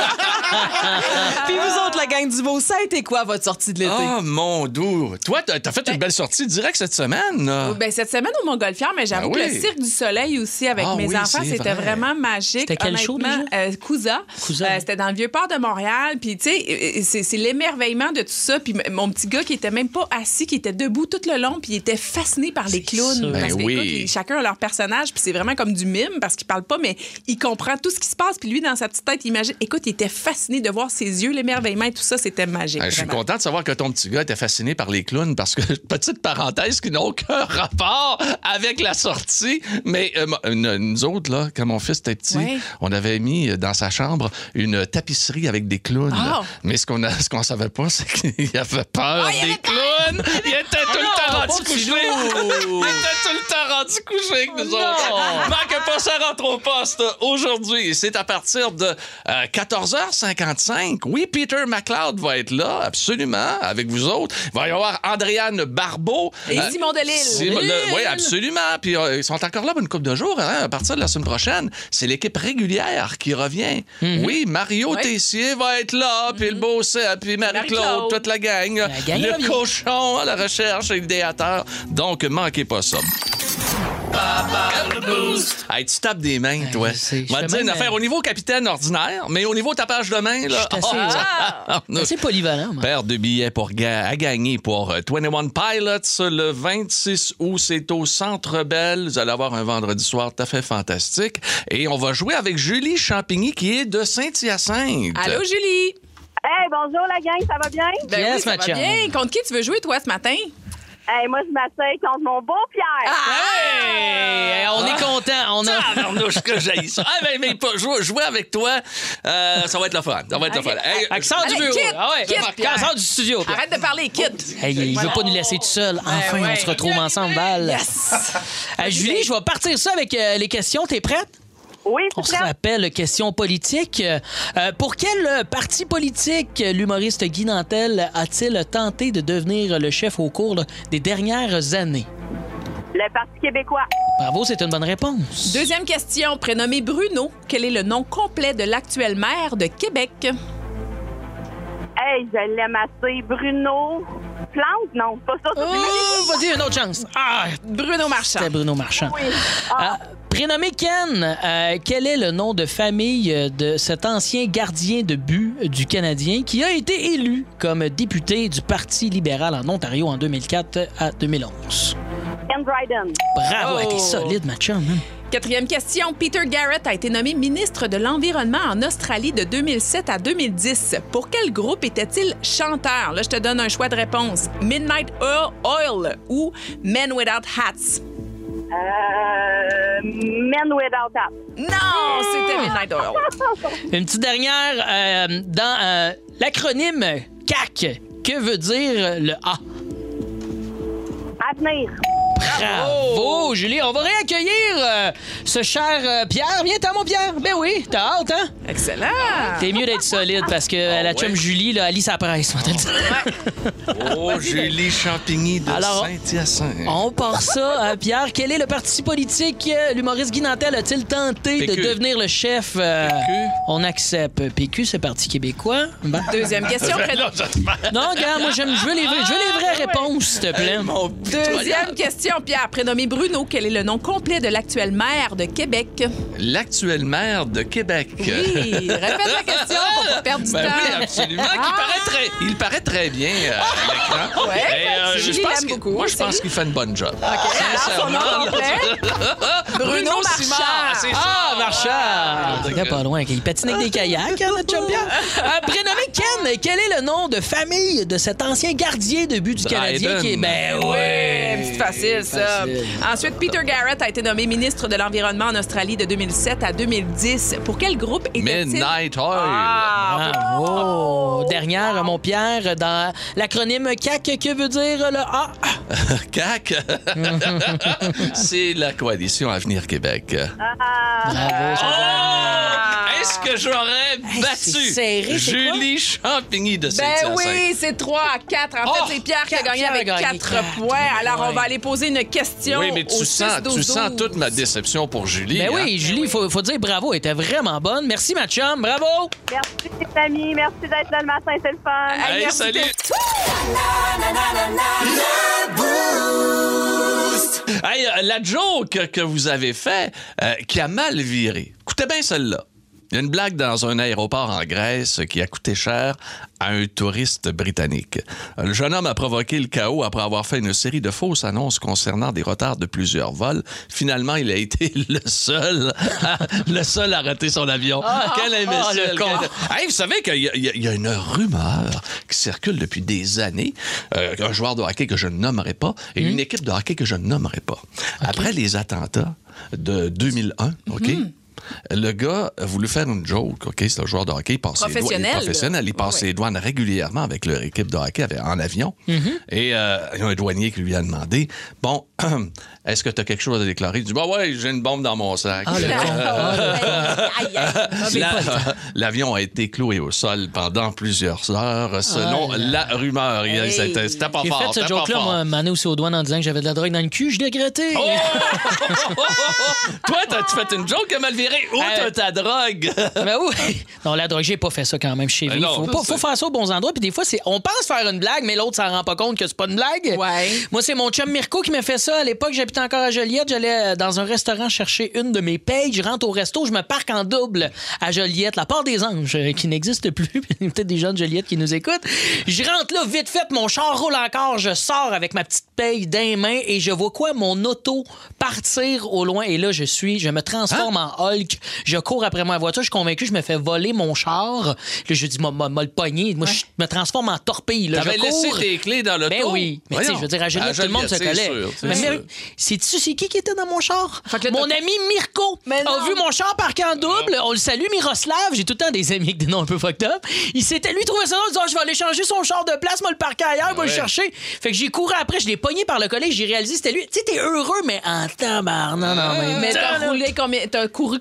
gars. Puis vous autres, la gang du Beau, ça a été quoi votre sortie de l'été? Oh, mon doux. Toi, t'as t'as fait une belle sortie direct cette semaine. Là. Ben, cette semaine au Montgolfière, mais j'avoue Ben oui. que le Cirque du Soleil aussi avec Ah mes oui, enfants, c'est c'était vrai. vraiment magique. C'était quel show, honnêtement. Euh, Cousa. Cousa. Euh, c'était dans le Vieux-Port de Montréal. Puis, tu sais, euh, c'est c'est l'émerveillement de tout ça. Puis, m- mon petit gars qui était même pas assis, qui était debout tout le long, puis il était fasciné par les clowns. sûr. Parce Ben que, oui. écoute, ils- chacun a leur personnage, puis c'est vraiment comme du mime parce qu'il parle pas, mais il comprend tout ce qui se passe. Puis lui, dans sa petite tête, il imagine. Écoute, il était fasciné de voir ses yeux, l'émerveillement et tout ça. C'était magique. Je suis vraiment. content de savoir que ton petit gars était fasciné par les clowns parce que, petite parenthèse qui n'a aucun rapport avec la sortie, mais euh, nous nous autres, là, quand mon fils était petit, Ouais. on avait mis dans sa chambre une tapisserie avec des clowns. Ah! Mais ce qu'on a, ce qu'on savait pas, c'est qu'il avait peur Ah, il des avait clowns. Il était tout le temps non, rendu pauvre couché. petit loup. Il était tout le temps rendu couché avec nous autres. Manque pas, ça rentre au poste aujourd'hui. C'est à partir de euh, quatorze heures cinquante-cinq. Oui, Peter McLeod va être là, absolument, avec vous autres. Il va y avoir Andréane Barbeau. Et Euh, Simon Delille. Simon- le- oui, absolument. Puis euh, ils sont encore là pour une couple de jours. Hein, à partir de la semaine prochaine, c'est l'équipe régulière qui revient. Oui, Mario Ouais. Tessier va être là, puis le beau Seb, puis Marie-Claude, Marie-Claude. toute la gang. gang le revient. cochon à la recherche et l'idéateur. Donc, manquez pas ça. Hey, tu tapes des mains, toi. je sais. On va Je te fais dire une même, affaire au niveau capitaine ordinaire, mais au niveau tapage de main, là. Je suis assez- ah, C'est assez polyvalent, moi. Paire de billets pour ga- à gagner pour euh, vingt et un Pilots le vingt-six août. C'est au Centre Bell. Vous allez avoir un vendredi soir tout à fait fantastique. Et on va jouer avec Julie Champigny qui est de Saint-Hyacinthe. Allô, Julie? Hey, bonjour la gang, ça va bien? Ben Yes, oui, ça ma va chum. bien. Contre qui tu veux jouer, toi, ce matin? Hey, moi, je m'asseye contre mon beau Pierre. Hey, on est content. On a... Tabarnouche que j'haïs ça. Ah, ben, mais pas, jouer, jouer avec toi, euh, ça va être le fun. Ça va être Ok. le fun. Hey, Accent du Allez, bureau. quitte, Ah ouais, quitte, Marc, Pierre. sort du studio. Pierre. Arrête de parler, Kid. Hey, il veut pas nous laisser tout seul. Enfin, ouais. on se retrouve ensemble, Val. Yes! Euh, Julie, je vais partir ça avec euh, les questions. T'es prête? Oui, On se rappelle, question politique. Euh, pour quel parti politique l'humoriste Guy Nantel a-t-il tenté de devenir le chef au cours là, des dernières années? Le Parti québécois. Bravo, c'est une bonne réponse. Deuxième question. Prénommé Bruno, quel est le nom complet de l'actuel maire de Québec? Hey, je l'aime assez. Bruno Plante? Non, pas ça. ça Oh, vas-y, une autre chance. Ah, Bruno Marchand. C'était Bruno Marchand. Oui. Ah. Euh, prénommé Ken, euh, quel est le nom de famille de cet ancien gardien de but du Canadien qui a été élu comme député du Parti libéral en Ontario en deux mille quatre à deux mille onze? Ken Dryden. Bravo, Oh. t'es solide, ma chum. Hein? Quatrième question. Peter Garrett a été nommé ministre de l'Environnement en Australie de deux mille sept à deux mille dix. Pour quel groupe était-il chanteur? Là, je te donne un choix de réponse. Midnight Oil ou Men Without Hats? Euh, Men Without Hats. Non, c'était Midnight Oil. Une petite dernière. euh, dans euh, l'acronyme C A C, que veut dire le A? Avenir. Bravo, Julie. On va réaccueillir euh, ce cher euh, Pierre. Viens, t'as mon Pierre. Ben oui, t'as hâte, hein? Excellent. T'es mieux d'être solide parce que Oh, la chum ouais. Julie, là, elle lit sa presse. on va te le dire. Oh, Julie Champigny de Alors, Saint-Hyacinthe. On part ça à Pierre. Quel est le parti politique euh, l'humoriste Guy Nantel a-t-il tenté P Q. de devenir le chef? Euh, P Q. On accepte. P Q, c'est Parti québécois. Ben, Deuxième question. Ben pré- là, j'espère. non, gars, moi, j'aime, je veux les, vrais- je veux les vraies réponses, s'il te plaît. Hey, mon Deuxième pitoyable. question, Pierre. Prénommé Bruno, quel est le nom complet de l'actuel maire de Québec? L'actuel maire de Québec. Oui, répète la question pour pas perdre du Ben temps. oui, absolument. Ah! Il, paraît très, il paraît très bien euh, à l'écran. Ouais, Et, euh, Julie je pense l'aime que- beaucoup. Moi, je pense Salut. qu'il fait une bonne job. Son nom complet? Bruno Simard, Marchand. c'est ça. Ah, Marchand! T'es pas loin. Il patine avec des kayaks, hein, notre champion. Euh, prénommé Ken, quel est le nom de famille de cet ancien gardien de but du Canadien Dryden. qui est... Ben Oui, ouais! c'est facile, ça. Facile. Ensuite, Peter Garrett a été nommé ministre de l'Environnement en Australie de deux mille sept à deux mille dix. Pour quel groupe était-il? Midnight Oil. Ah, Bravo! Dernière, mon Pierre, dans l'acronyme C A C, que veut dire le A? C A C. C'est la coalition Avenir Québec. Bravo, ça Oh! Est-ce que j'aurais battu c'est serré, c'est Julie Champigny de ben Saint-Hyacinthe? oui, c'est trois à quatre. En fait, Oh! c'est Pierre qui a gagné Pierre a avec gagné quatre quatre. points. Alors, on Ouais. va aller poser une question. Oui, mais au tu sens, six douze tu sens douze. toute ma déception pour Julie. Ben hein? oui, Julie, il faut, faut dire bravo, elle était vraiment bonne. Merci, ma chum, bravo! Merci, les amis. Merci d'être là le matin. C'est le fun. Hey, Hey, merci salut! Hey, euh, la joke que vous avez fait, euh, qui a mal viré. Écoutez bien celle-là. Il y a une blague dans un aéroport en Grèce qui a coûté cher à un touriste britannique. Le jeune homme a provoqué le chaos après avoir fait une série de fausses annonces concernant des retards de plusieurs vols. Finalement, il a été le seul à, le seul à rater son avion. Ah, Quel ah, imbécile! le con. Quel- Hey, vous savez qu'il y, a- il y a- il y a une rumeur qui circule depuis des années, euh, un joueur de hockey que je ne nommerai pas et une équipe de hockey que je ne nommerai pas. Après les attentats de deux mille un, OK? Le gars a voulu faire une joke, OK? C'est un joueur de hockey. Il passe ses doigts- il est Professionnel. professionnel. Il passe Ouais. ses douanes régulièrement avec leur équipe de hockey avec- en avion. Et euh, il y a un douanier qui lui a demandé, bon, est-ce que tu as quelque chose à déclarer? Il dit, bah ouais, j'ai une bombe dans mon sac. Ah, le con. Ah, le con. Aïe, aïe. La- L'avion a été cloué au sol pendant plusieurs heures, selon Ah, la rumeur. Il- Hey. C'était c'était pas J'ai fort. fait ce c'était pas joke-là, fort. moi, m'amener aussi aux douanes en disant que j'avais de la drogue dans le cul. Je l'ai regretté. Oh! Toi, t'as-tu fait une joke qui a mal viré? Où Euh, t'as ta drogue? Ben oui. Non, la drogue, j'ai pas fait ça quand même chez Ben lui. non, Faut, je pas- sais. faut faire ça aux bons endroits. Puis des fois, c'est, on pense faire une blague, mais l'autre s'en rend pas compte que c'est pas une blague. Ouais. Moi, c'est mon chum Mirko qui m'a fait ça. À l'époque, j'habitais encore à Joliette. J'allais euh, dans un restaurant chercher une de mes payes. Je rentre au resto, je me parque en double à Joliette, la part des anges, euh, qui n'existe plus. Il y a peut-être des gens de Joliette qui nous écoutent. Je rentre là, vite fait, mon char roule encore. Je sors avec ma petite paye dans les mains et je vois quoi? Mon auto partir au loin. Et là, je suis, je me transforme Hein? en Hulk. Je cours après ma voiture. Je suis convaincu, je me fais voler mon char. Là, je dis, m'a, m'a, m'a le pogné. Moi, je me transforme en torpille. Là. T'avais Je laissé cours. tes clés dans le Ben oui. Mais tu sais, je veux dire, à Joliette, tout le monde se collait. Mais, mais sais-tu, c'est qui qui était dans mon char? Fait que là, Mon t'as- ami Mirko Mais a non. vu mon char parqué en double. On le salue, Miroslav. J'ai tout le temps des amis avec des noms un peu fucked up. Il s'était, lui, trouvé ça drôle. Il dit, ah, je vais aller changer son char de place, moi, le parquer ailleurs, va le Ouais. chercher. Fait que j'ai couru après, je l'ai pogné par le collet, j'ai réalisé c'était lui. Tu sais, t'es heureux, mais en tabarnak, non, non, Mais mais. t'as roulé combien, t'as couru combien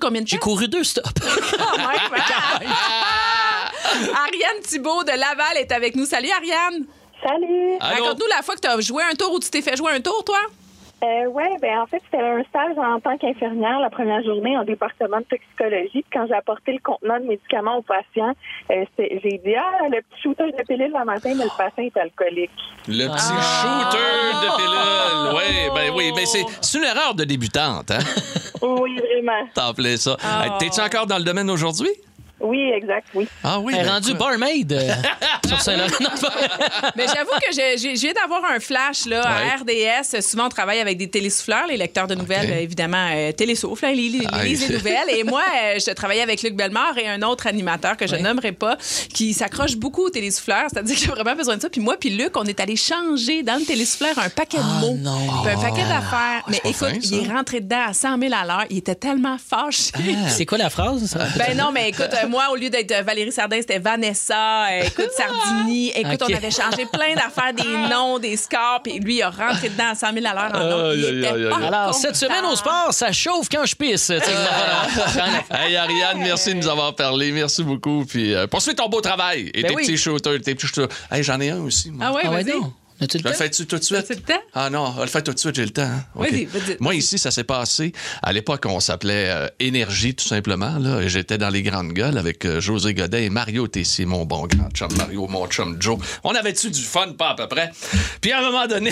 combien de temps? J'ai couru deux stops. Quand même, hein? Ariane Thibault de Laval est avec nous. Salut, Ariane. Salut. Raconte-nous la fois que tu as joué un tour ou tu t'es fait jouer un tour, toi? Euh, oui, ben en fait, c'était un stage en tant qu'infirmière la première journée en département de toxicologie. Quand j'ai apporté le contenant de médicaments aux patients, euh, j'ai dit « Ah, le petit shooter de pilule le matin, mais le patient est alcoolique. » Le petit Ah. shooter de pilule. Oui, ben oui, mais c'est, c'est une erreur de débutante, hein? Oui, vraiment. T'en plais ça. Oh. Hey, T'es-tu encore dans le domaine aujourd'hui? Oui, exact, oui. Ah oui. Elle est ben, rendue quoi? barmaid euh, sur Saint-Laurent. Non, c'est pas vrai. Mais j'avoue que j'ai, j'ai, je viens d'avoir un flash là, Ouais. à R D S. Souvent, on travaille avec des télésouffleurs, les lecteurs de nouvelles, OK. euh, évidemment, euh, télésouffle, hein, ils lisent Ah, lisent les oui. nouvelles. Et moi, euh, je travaillais avec Luc Bellemare et un autre animateur que je Ouais. nommerai pas, qui s'accroche beaucoup aux télésouffleurs. C'est-à-dire qu'il a vraiment besoin de ça. Puis moi, puis Luc, on est allé changer dans le télésouffleur un paquet de mots, puis un paquet d'affaires. Mais pas écoute, fin, ça. il est rentré dedans à cent mille à l'heure. Il était tellement fâché. C'est quoi la phrase? Ça? Ben non, mais écoute, euh, moi, au lieu d'être euh, Valérie Sardin, c'était Vanessa, euh, écoute, Sardini. Écoute, OK. on avait changé plein d'affaires, des noms, des scores, puis lui, il a rentré dedans à cent mille à l'heure en ondes. Il Aïe, aïe, était aïe, pas aïe. Alors, content. cette semaine au sport, ça chauffe quand je pisse. Tu sais, Hey Ariane, merci de nous avoir parlé. Merci beaucoup. Puis euh, poursuis ton beau travail. Et Ben tes oui. petits shooters, tes petits shooters. Hey, j'en ai un aussi, moi. Ah ouais, Ah ouais, vas-y. non. As-tu le Je le temps? fais-tu tout de suite? As-tu le temps? Ah non, je le fais tout de suite, j'ai le temps. hein? OK. Vas-y, vas-y. Moi, ici, ça s'est passé. À l'époque, on s'appelait euh, Énergie, tout simplement. Là, et j'étais dans les grandes gueules avec euh, José Godet et Mario Tessier, mon bon grand chum Mario, mon chum Joe. On avait-tu du fun, pas à peu près? Puis à un moment donné...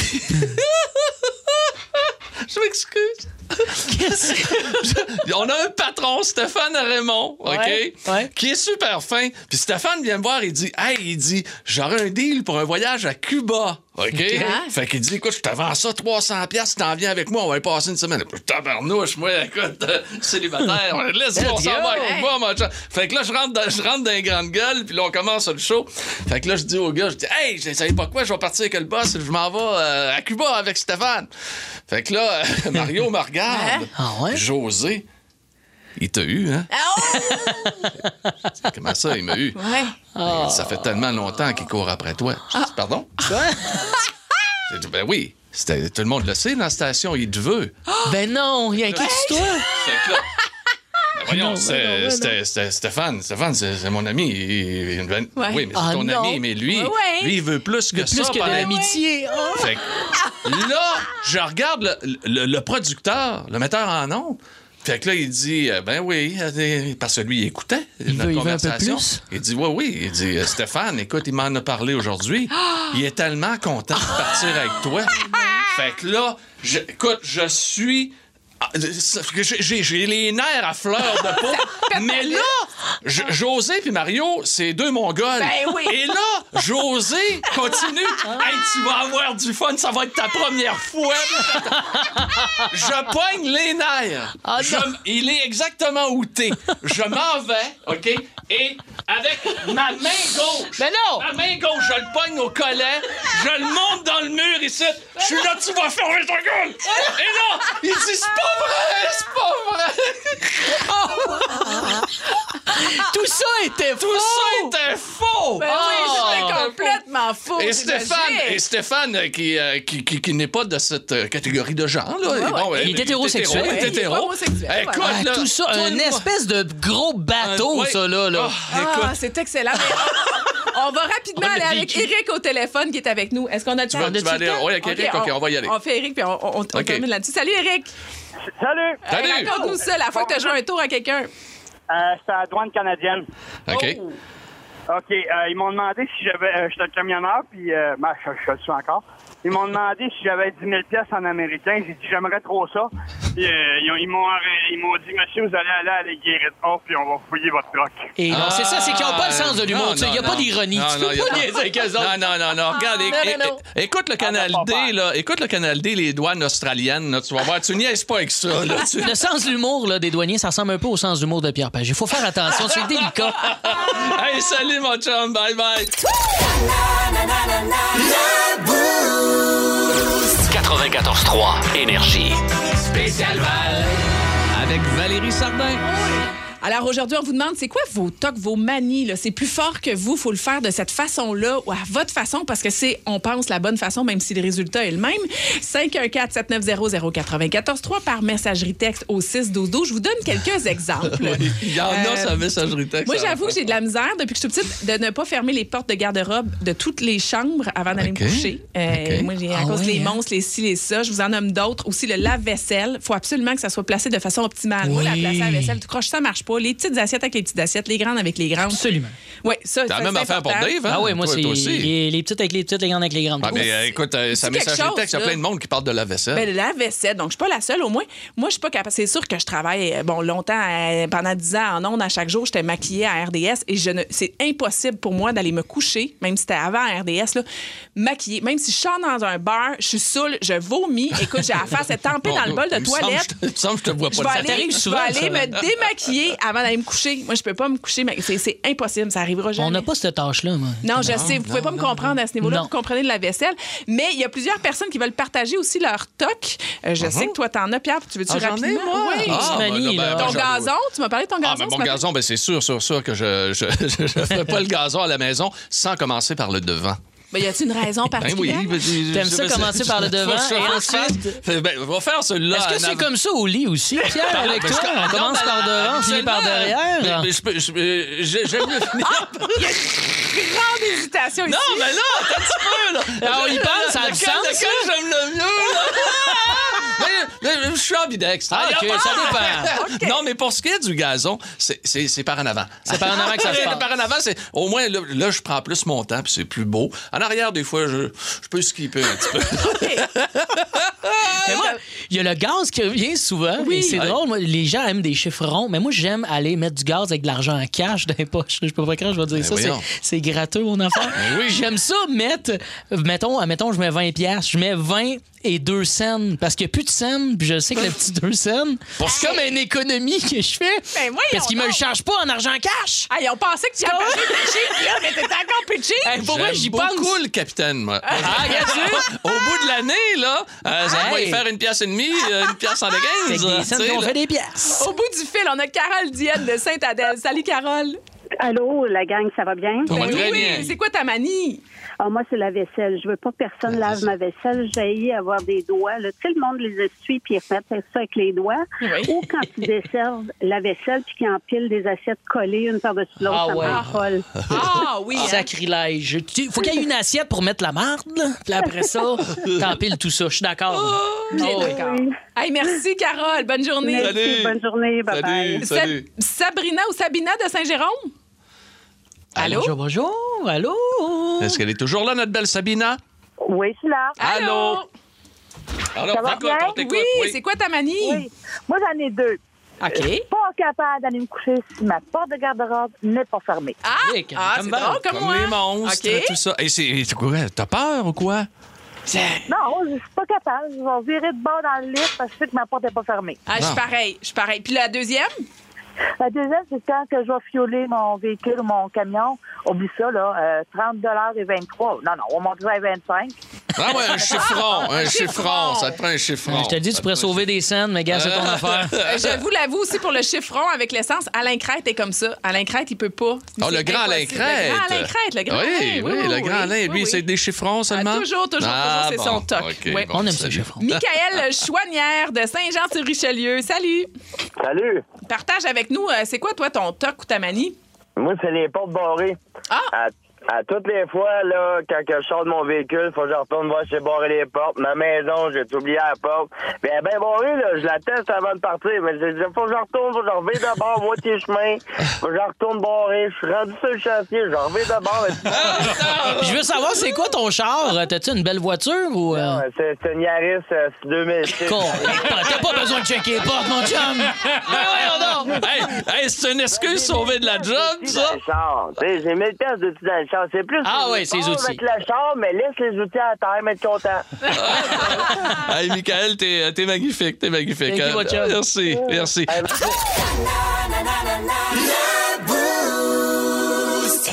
Je m'excuse. Qu'est-ce que... On a un patron, Stéphane Raymond, OK? Ouais, ouais. Qui est super fin. Puis Stéphane vient me voir, il dit, hey, il dit, j'aurais un deal pour un voyage à Cuba. OK? Fait qu'il dit, écoute, je te vends ça trois cents piastres, si t'en viens avec moi, on va y passer une semaine. Tabarnouche, moi, écoute, euh, célibataire, laisse moi on s'en va à Cuba, mon chat. Fait que là, je rentre dans, je rentre dans les grandes gueules, puis là, on commence le show. Fait que là, je dis au gars, je dis, hey, je savais pas quoi, je vais partir avec le boss, je m'en vais euh, à Cuba avec Stéphane. Fait que là, euh, Mario me regarde. Ah ouais? José, il t'a eu, hein? Comment ça, il m'a eu? Ouais. Ben, ça fait tellement longtemps qu'il court après toi. Je dis, pardon? J'ai dit, ben oui. C'était, tout le monde le sait dans la station, il te veut. Ben non, il y a un qui tu toi? Fait que là, ben voyons, Non, c'est- ben non, ben non. c'était, c'était Stéphane. Stéphane, c'est, c'est mon ami. Il- il- ben, Ouais. Oui, mais c'est Ah, ton non. ami. Mais lui, Ouais, ouais. lui, il veut plus que Plus ça. que de pendant- l'amitié. Oh. Fait que là, je regarde le, le- le producteur, le metteur en ondes. Fait que là, il dit, euh, ben oui, euh, parce que lui, il écoutait Il notre veut- il veut un peu conversation. plus? Il dit, oui, oui. Il dit, euh, Stéphane, écoute, il m'en a parlé aujourd'hui. Il est tellement content de partir avec toi. Fait que là, je- écoute, je suis... ah, J'ai, j'ai- j'ai les nerfs à fleur de peau. Mais là, J- José puis Mario, c'est deux Mongols. Ben oui. Et là, José continue. Hey, tu vas avoir du fun, ça va être ta première fois. Je pogne les nerfs. Ah, Je- non. il est exactement où t'es. Je m'en vais, OK? Et avec ma main gauche, Mais non! ma main gauche, je le pogne au collet, je le monte dans le mur ici. Je suis là, tu vas fermer ta gueule. Et là, il dit, c'est pas vrai, c'est pas vrai. Tout ça était faux! Tout ça était faux. Ben oui, c'était Ah. complètement faux. Et j'imagine. Stéphane, et Stéphane euh, qui, euh, qui, qui, qui n'est pas de cette euh, catégorie de gens, là. Ouais, Bon, ouais. euh, Il est hétérosexuel. Il est Ouais, il est hétéro. pas homosexuel, Écoute, voilà. Ah, là, tout ça, tout une le monde- espèce de gros bateau, Ouais. ça, là. là. Ah, écoute, Ah, c'est excellent. Mais on, on va rapidement On aller l'a avec vécu. Eric au téléphone qui est avec nous. Est-ce qu'on a le temps? vas- On tu a-tu vas le aller- temps? oui, avec Eric, OK, on va y aller. On fait Eric, puis on, on, on OK. termine là-dessus. Salut, Eric. Salut! Salut. Hey, raconte-nous ça, la fois que tu as joué un tour à quelqu'un. Euh, c'est à la douane canadienne. OK. OK, euh, ils m'ont demandé si j'avais... Euh, j'étais camionneur, puis... Euh, ben, je, je le suis encore. Ils m'ont demandé si j'avais dix mille piastres en américain. J'ai dit, j'aimerais trop ça. Puis euh, ils, ont, ils, m'ont, arrêt- ils m'ont dit, monsieur, vous allez aller à la Guérison, puis on va fouiller votre troc. Et non, c'est ça, c'est qu'ils n'ont pas le sens de l'humour. Non, tu sais, Il n'y a non, pas non. d'ironie. Non, Tu non, peux y a- pas niaiser avec eux autres. Non, non, non, non. Regarde, non, é- non, é- non. é- écoute le Canal Ah, pas D, là. Écoute le Canal D, les douanes australiennes, là. Tu vas voir, tu niaises pas avec ça, là. Tu- Le sens de l'humour là, des douaniers, ça ressemble un peu au sens de l'humour de Pierre Page. Il faut faire attention, c'est délicat. Hey, salut, mon chum. Bye, bye. quatre-vingt-quatorze trois Énergie. Spécial Val. Avec Valérie Sardin. Alors aujourd'hui, on vous demande, c'est quoi vos tocs, vos manies? Là? C'est plus fort que vous. Il faut le faire de cette façon-là ou à votre façon parce que c'est, on pense, la bonne façon, même si le résultat est le même. cinq un quatre sept neuf zéro zéro neuf quatre trois par messagerie texte au six douze douze. Je vous donne quelques exemples. Oui, il y en a, Euh, ça messagerie texte. Moi, j'avoue que j'ai de la misère depuis que je suis petite de ne pas fermer les portes de garde-robe de toutes les chambres avant d'aller OK. me coucher. Euh, OK. Moi, j'ai à Ah cause ouais, des hein? monstres, les ci, les ça. Je vous en nomme d'autres. Aussi, le lave-vaisselle. Il faut absolument que ça soit placé de façon optimale. Moi, la Oui. place à la vaisselle, tout croche, ça marche pas. Les petites assiettes avec les petites assiettes, les grandes avec les grandes. Absolument. Oui, ça, T'as ça, la même c'est affaire pour important. Dave, hein? Ah oui, moi, Toi- c'est toi aussi. les, les petites avec les petites, les grandes avec les grandes. Ah, mais euh, écoute, euh, sa C'est quelque messagerie chose, texte, il y a là. plein de monde qui parle de la vaisselle. Ben, la vaisselle, donc je suis pas la seule. Au moins, moi, je suis pas capable. C'est sûr que je travaille euh, bon longtemps, euh, pendant dix ans en ondes à chaque jour. J'étais maquillée à R D S et je ne, c'est impossible pour moi d'aller me coucher, même si c'était avant à R D S, là, maquillée. Même si je sors dans un bar, je suis saoule, je vomis. Écoute, j'ai la face est tempée dans le bol de Il me semble toilette. que je te- Il me semble que je te vois Je pas. vais le faire. aller, je vais aller me démaquiller avant d'aller me coucher. Moi, je peux pas me coucher, mais c'est, c'est impossible. Ça arrivera jamais. On n'a pas cette tâche-là, moi. Non, je sais, vous pouvez pas me comprendre à ce niveau-là, non. vous comprenez de la vaisselle. Mais il y a plusieurs personnes qui veulent partager aussi leur toc. Euh, je sais que toi, t'en as, Pierre, tu veux-tu Ah, j'en ai, rapidement? moi. Oui. Ah, ben, Manie, là, ben, là. Ton j'en- gazon, tu m'as parlé de ton gazon Ah, mais ce mon matin? gazon, ben, c'est sûr, sûr, sûr que je je, je, je ferai pas le gazon à la maison sans commencer par le devant. Ben, y a-t-il une raison Ben particulière? oui. ben, je- T'aimes je- ça ben, commencer c'est- par le faut devant que je- et faut que je ensuite- fasse- Fait, ben, on va faire celui-là. Est-ce que en c'est avant. comme ça au lit aussi, Pierre, avec Parce toi? que- On non, commence ben, par devant, on finit par absolument. derrière. Mais- mais je peux- je- euh, j'ai- J'aime mieux finir. Il y a une grande hésitation ici. Non, mais là, attends un petit peu, là. Alors, on y pense, ça a du Lequel- sens, lequel j'aime le mieux, là? mais, mais je suis ambidextre. Ah, OK, ça dépend. Non, mais pour ce qui est du gazon, c'est- c'est c'est par en avant. C'est par en avant que ça se passe. Par en avant, c'est au moins, là, là, je prends plus mon temps, puis c'est plus beau. En arrière, des fois, je, je peux skipper un petit peu. Mais moi, il y a le gaz qui revient souvent. Oui. Et c'est Ouais. drôle. Moi, les gens aiment des chiffres ronds, mais moi, j'aime aller mettre du gaz avec de l'argent en cash dans les poches. Je sais pas quand je vais dire Ben ça. C'est, voyons. c'est gratteux, mon affaire. Ben oui. J'aime ça mettre. Mettons, mettons, je mets vingt piastres. Je mets vingt et deux cents. Parce qu'il n'y a plus de cents. Puis je sais que le petit deux cents, c'est comme une économie que je fais. Ben voyons parce qu'ils me le donc. chargent pas en argent cash. Ah, ils ont pensé que tu avais plus cheap, là, mais t'étais encore plus cheap. Hey, pour vrai, J'aime j'y pense. beaucoup le capitaine, moi. Ah, regarde Au bout de l'année, là, euh, ça va Hey. y faire une pièce et demie, euh, une pièce en Avec quinze. des cents, on fait des piastres. Au bout du fil, on a Carole Dienne de Sainte-Adèle. Salut, Carole. Allô, la gang, ça va bien? Ça va Ben très oui, bien. c'est quoi ta manie? Ah, moi, c'est la vaisselle. Je veux pas que personne lave ma vaisselle. J'ai avoir des doigts. Là. Tu sais, le monde les essuie puis ils remettent ça avec les doigts. Oui. Ou quand ils desservent la vaisselle puis qu'ils empilent des assiettes collées une par-dessus l'autre, Ah ça ouais. m'enfolle. Ah oui. hein? Sacrilège. Tu- Faut qu'il y ait une assiette pour mettre la marde, là. Puis après ça, t'empiles tout ça. Je suis d'accord. Bien Ah ouais. d'accord. Oui. Hey, merci, Carole. Bonne journée. Merci, Salut. bonne journée. Bye-bye. Salut, salut. Sa- Sabrina ou Sabina de Saint-Jérôme? Allô? Bonjour, bonjour. Allô? Est-ce qu'elle est toujours là, notre belle Sabina? Oui, je suis là. Allô? Alors, Ça va t'écoutes, bien? on t'écoute, Oui, c'est quoi ta manie? Oui. Moi, j'en ai deux. OK. Pas capable d'aller me coucher si ma porte de garde-robe n'est pas fermée. Ah, Oui, comme- ah comme c'est Val. drôle comme, Comme moi. les monstres, OK. tout ça. Et c'est, c'est quoi, t'as peur ou quoi? Non, je suis pas capable. Je vais virer de bord dans le lit parce que je sais que ma porte n'est pas fermée. Ah, je suis Non. pareil, je suis pareil. Puis la deuxième? La deuxième, c'est quand que je vais fioler mon véhicule ou mon camion. Oublie ça, là, euh, trente dollars et vingt-trois. Non, non, on va monter ça à vingt-cinq. Ah ouais, un chiffron, un chiffron. chiffron. Ça te prend un chiffron. Je te dis, tu pourrais sauver des scènes, mais gars, c'est ton affaire. Euh, je vous l'avoue aussi pour le chiffron avec l'essence. Alain Crête est comme ça. Alain Crête, il peut pas. Ah, le C'est grand Alain impossible. Crête. Le grand Alain Crête, le grand Oui, Alain. oui, le grand Alain. Lui, c'est des chiffrons seulement? Ah, toujours, toujours, Ah, toujours, c'est bon, son toc. OK, Oui. bon, On aime ça, salut. chiffron. Michael Chouanière de Saint-Jean-sur-Richelieu. Salut. Salut. Partage avec nous, euh, c'est quoi, toi, ton toc ou ta manie? Moi, c'est les portes barrées. Ah! À, à toutes les fois, là, quand que je sors de mon véhicule, faut que je retourne voir si j'ai barré les portes. Ma maison, j'ai oublié la porte. Mais elle est bien barrée, là. Je la teste avant de partir. Mais je dis, faut que je retourne, faut que je revienne d'abord, moitié chemin. Faut que je retourne barrer. Je suis rendu sur le chantier, je reviens d'abord. Je veux savoir, c'est quoi ton char? T'as-tu une belle voiture ou. euh? C'est c'est une Yaris euh, deux mille six. Con. T'as pas besoin de checker les portes, mon chum! Ah, voyons donc! Hey, hey, c'est une excuse sauver de la job, Outils ça? dans le char. Tu sais, j'ai mille pièces d'outils dans le char. C'est plus. Ah que ouais, je c'est les pars outils. avec le char, mais laisse les outils à terre, mais être content. Hey, Michael, t'es, t'es magnifique, t'es magnifique. Thank you, hein? mon chum. Merci, merci.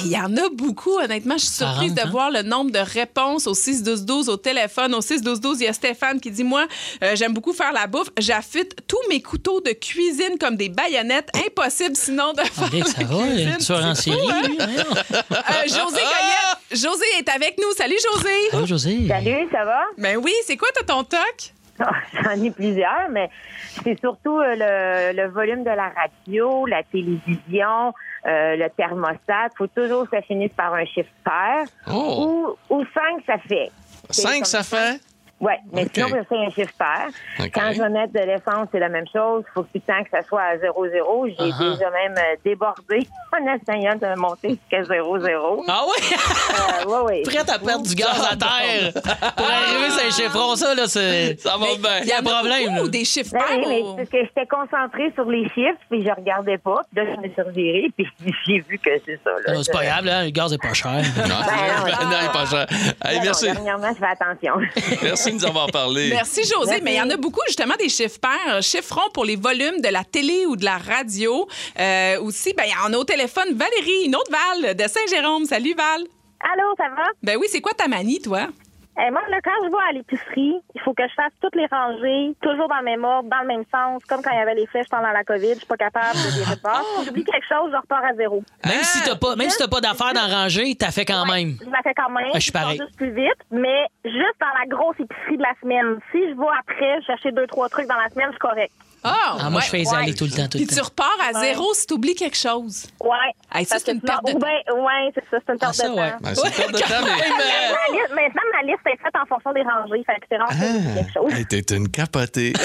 il y en a beaucoup, honnêtement. Je suis surprise quarante, de hein? voir le nombre de réponses au six douze douze au téléphone. Au six douze douze, il y a Stéphane qui dit, moi, euh, j'aime beaucoup faire la bouffe. J'affûte tous mes couteaux de cuisine comme des baïonnettes. Impossible sinon de faire Allez, la ça va, cuisine. une tueur en C'est série, fou, hein? lui, hein? Euh, José Goyette. José est avec nous. Salut, José. Salut, José. Salut, ça va? Ben oui, c'est quoi t'as ton toc? Oh, j'en ai plusieurs, mais c'est surtout euh, le, le volume de la radio, la télévision, euh, le thermostat. Il faut toujours que ça finisse par un chiffre pair. Oh. Ou, ou cinq, ça fait. C'est Cinq, comme ça fait? Oui, mais OK. sinon, je fais un chiffre pair. OK. Quand je vais mettre de l'essence, c'est la même chose. Il faut tout le temps que ça soit à zéro zéro. J'ai Uh-huh. déjà même euh, débordé en essayant de monter jusqu'à zéro zéro. Ah oui? Euh, ouais, ouais. Prête à perdre du gaz à terre pour arriver sur un chiffron, ça, là, c'est... Ça va bien. Il y a un problème, là. Ou des chiffres Ben pairs. oui, mais ou- c'est parce que j'étais concentrée sur les chiffres, puis je regardais pas. Puis là, je me suis revirée, puis j'ai vu que c'est ça. Là. Non, c'est pas grave, là, le gaz est pas cher. Non, Ben non, non, il est pas cher. Hey, Non, non, merci. dernièrement, je fais attention. Merci de nous avoir parlé. Merci, José. Merci. Mais il y en a beaucoup, justement, des chiffres pairs. Chiffrons pour les volumes de la télé ou de la radio. Euh, aussi, ben, il y en a au téléphone Valérie, une autre Val de Saint-Jérôme. Salut, Val. Allô, ça va? Ben oui, c'est quoi ta manie, toi? Eh, moi, là, quand je vais à l'épicerie, il faut que je fasse toutes les rangées, toujours dans le même ordre, dans le même sens, comme quand il y avait les flèches pendant la COVID. Je suis pas capable de virer de bord. Si j'oublie quelque chose, je repars à zéro. Même si t'as pas, même si t'as pas d'affaires d'en ranger, t'as fait quand même. Je la fais quand même. Ah, je suis pareil. pars juste plus vite, mais juste dans la grosse épicerie de la semaine. Si je vais après chercher deux, trois trucs dans la semaine, je suis correct. Ah, Ah, moi, je fais les ouais. aller tout le temps, tout Puis le tu temps. repars à Ouais. zéro si t'oublies quelque chose. Ouais. Hey, ça, Parce c'est que une sinon- perte de ou temps. ben, ouais, c'est ça, c'est une Ah, perte ça, de ouais. temps. Ben, c'est une perte de temps, mais... Ma liste- Maintenant, ma liste est faite en fonction des rangées. Fait que c'est rare que j'oublie quelque chose. Hey, t'es une capotée.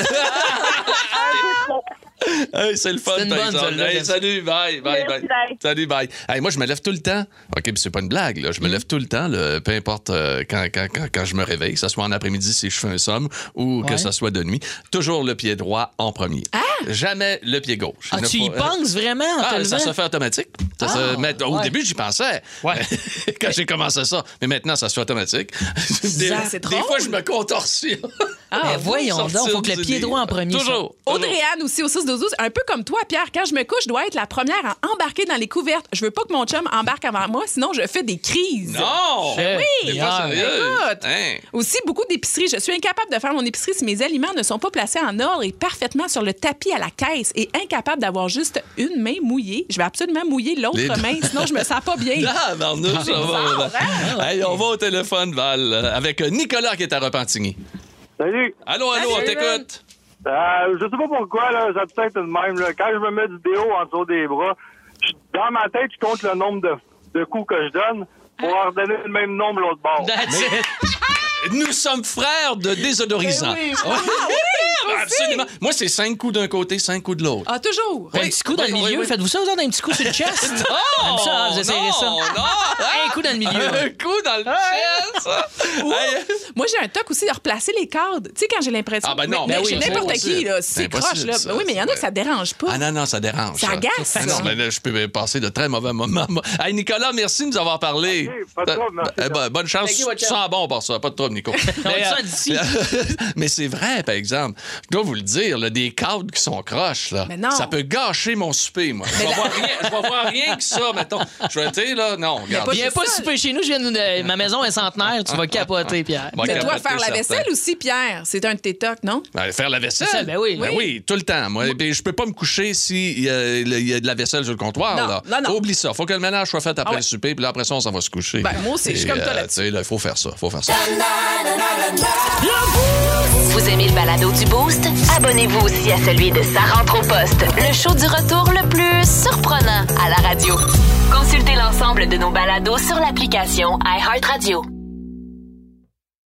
Hey, c'est le fun, C'est une par bonne, exemple. celle-là, Hey, j'aime ça. salut, bye, bye, Merci, bye. bye. Salut, bye. Hey, moi, je me lève tout le temps. OK, puis c'est pas une blague, là. Je me lève tout le temps, là, peu importe euh, quand, quand, quand, quand je me réveille, que ce soit en après-midi si je fais un somme ou que Ouais. ce soit de nuit. Toujours le pied droit en premier. Jamais le pied gauche. Ah, Il ne tu y faut- penses vraiment en te Ah, ça levant? se fait automatique. Ça Ah, se met- Au ouais. début, j'y pensais. Ouais. Quand j'ai commencé ça. Mais maintenant, ça se fait automatique. Des, c'est des drôle. fois, je me contorsionne. Ah, Mais voyons sortir donc, faut que le du pied lit. droit en premier. Toujours. Audrey-Anne aussi au six douze douze, un peu comme toi, Pierre. Quand je me couche, je dois être la première à embarquer dans les couvertes. Je veux pas que mon chum embarque avant moi, sinon je fais des crises. Non! Ben oui! T'es pas sérieux? Écoute, Hein? aussi beaucoup d'épiceries. Je suis incapable de faire mon épicerie si mes aliments ne sont pas placés en ordre et parfaitement sur le tapis à la caisse et incapable d'avoir juste une main mouillée. Je vais absolument mouiller l'autre Les- main, sinon je me sens pas bien. Ah, Marnouche, ça va. Hey, on va au téléphone, Val, euh, avec Nicolas qui est à Repentigny. Salut. Allô, allô, on t'écoute. Euh, je sais pas pourquoi, là, ça peut être de même. Là. Quand je me mets du déo en dessous des bras, je- dans ma tête, je compte le nombre de, de coups que je donne pour leur donner le même nombre l'autre bord. That's it. Nous sommes frères de désodorisants. Ben oui. Ouais. Ah oui, aussi. Absolument. Moi, c'est cinq coups d'un côté, cinq coups de l'autre. Ah, toujours. Un petit coup dans le oui, milieu. oui, oui. Faites-vous ça, vous autres, un petit coup sur le chest? Non! Comme ça, hein, vous essayerez ça. non, non. Un coup dans le milieu. Un coup dans le chest. Ou, Hey. moi, j'ai un toc aussi de replacer les cadres. Tu sais, quand j'ai l'impression. Ah, ben non, mais, ben mais oui, chez c'est n'importe impossible. qui, là, si C'est c'est croche, impossible, là. ça. Oui, mais il y en a que ça dérange pas. Ah non, non, ça dérange. Ça agace, Ah ça. non, mais là, je peux passer de très mauvais moments. Hey, Nicolas, merci de nous avoir parlé. OK, pas de trouble, merci. Eh ben, bonne chance. Thank you, Tu sens bon par ça. Pas de trouble, Nico. On dit ça d'ici. mais c'est vrai, par exemple. Je dois vous le dire, là, des cadres qui sont croches, là. Mais non. Ça peut gâcher mon souper, moi. Je vais voir rien, je vais voir rien que ça, mettons. Je vais, tu sais, là, non, regarde. Viens pas souper chez nous, je viens de... ma maison est centenaire, tu vas capoter, Pierre. Bon, Mais toi, capoter, faire la certain. vaisselle aussi, Pierre, c'est un de tes tocs, non? Ben, faire la vaisselle? Vaisselle, ben oui. Ben oui, tout le temps. Moi, ben, je peux pas me coucher s'il y, a- il y a de la vaisselle sur le comptoir. Non, là. non, non. Oublie ça. Faut que le ménage soit fait après Ah ouais. le souper, puis là, après ça, on s'en va se coucher. Ben, moi aussi, je suis Et, comme toi euh, là-dessus. tu sais, là, il faut faire ça. faut faire ça. Vous aimez le balado du Boost? Abonnez-vous aussi à celui de Sa rentre au poste, le show du retour le plus surprenant à la radio. Consultez l'ensemble de nos balados sur l'application iHeartRadio.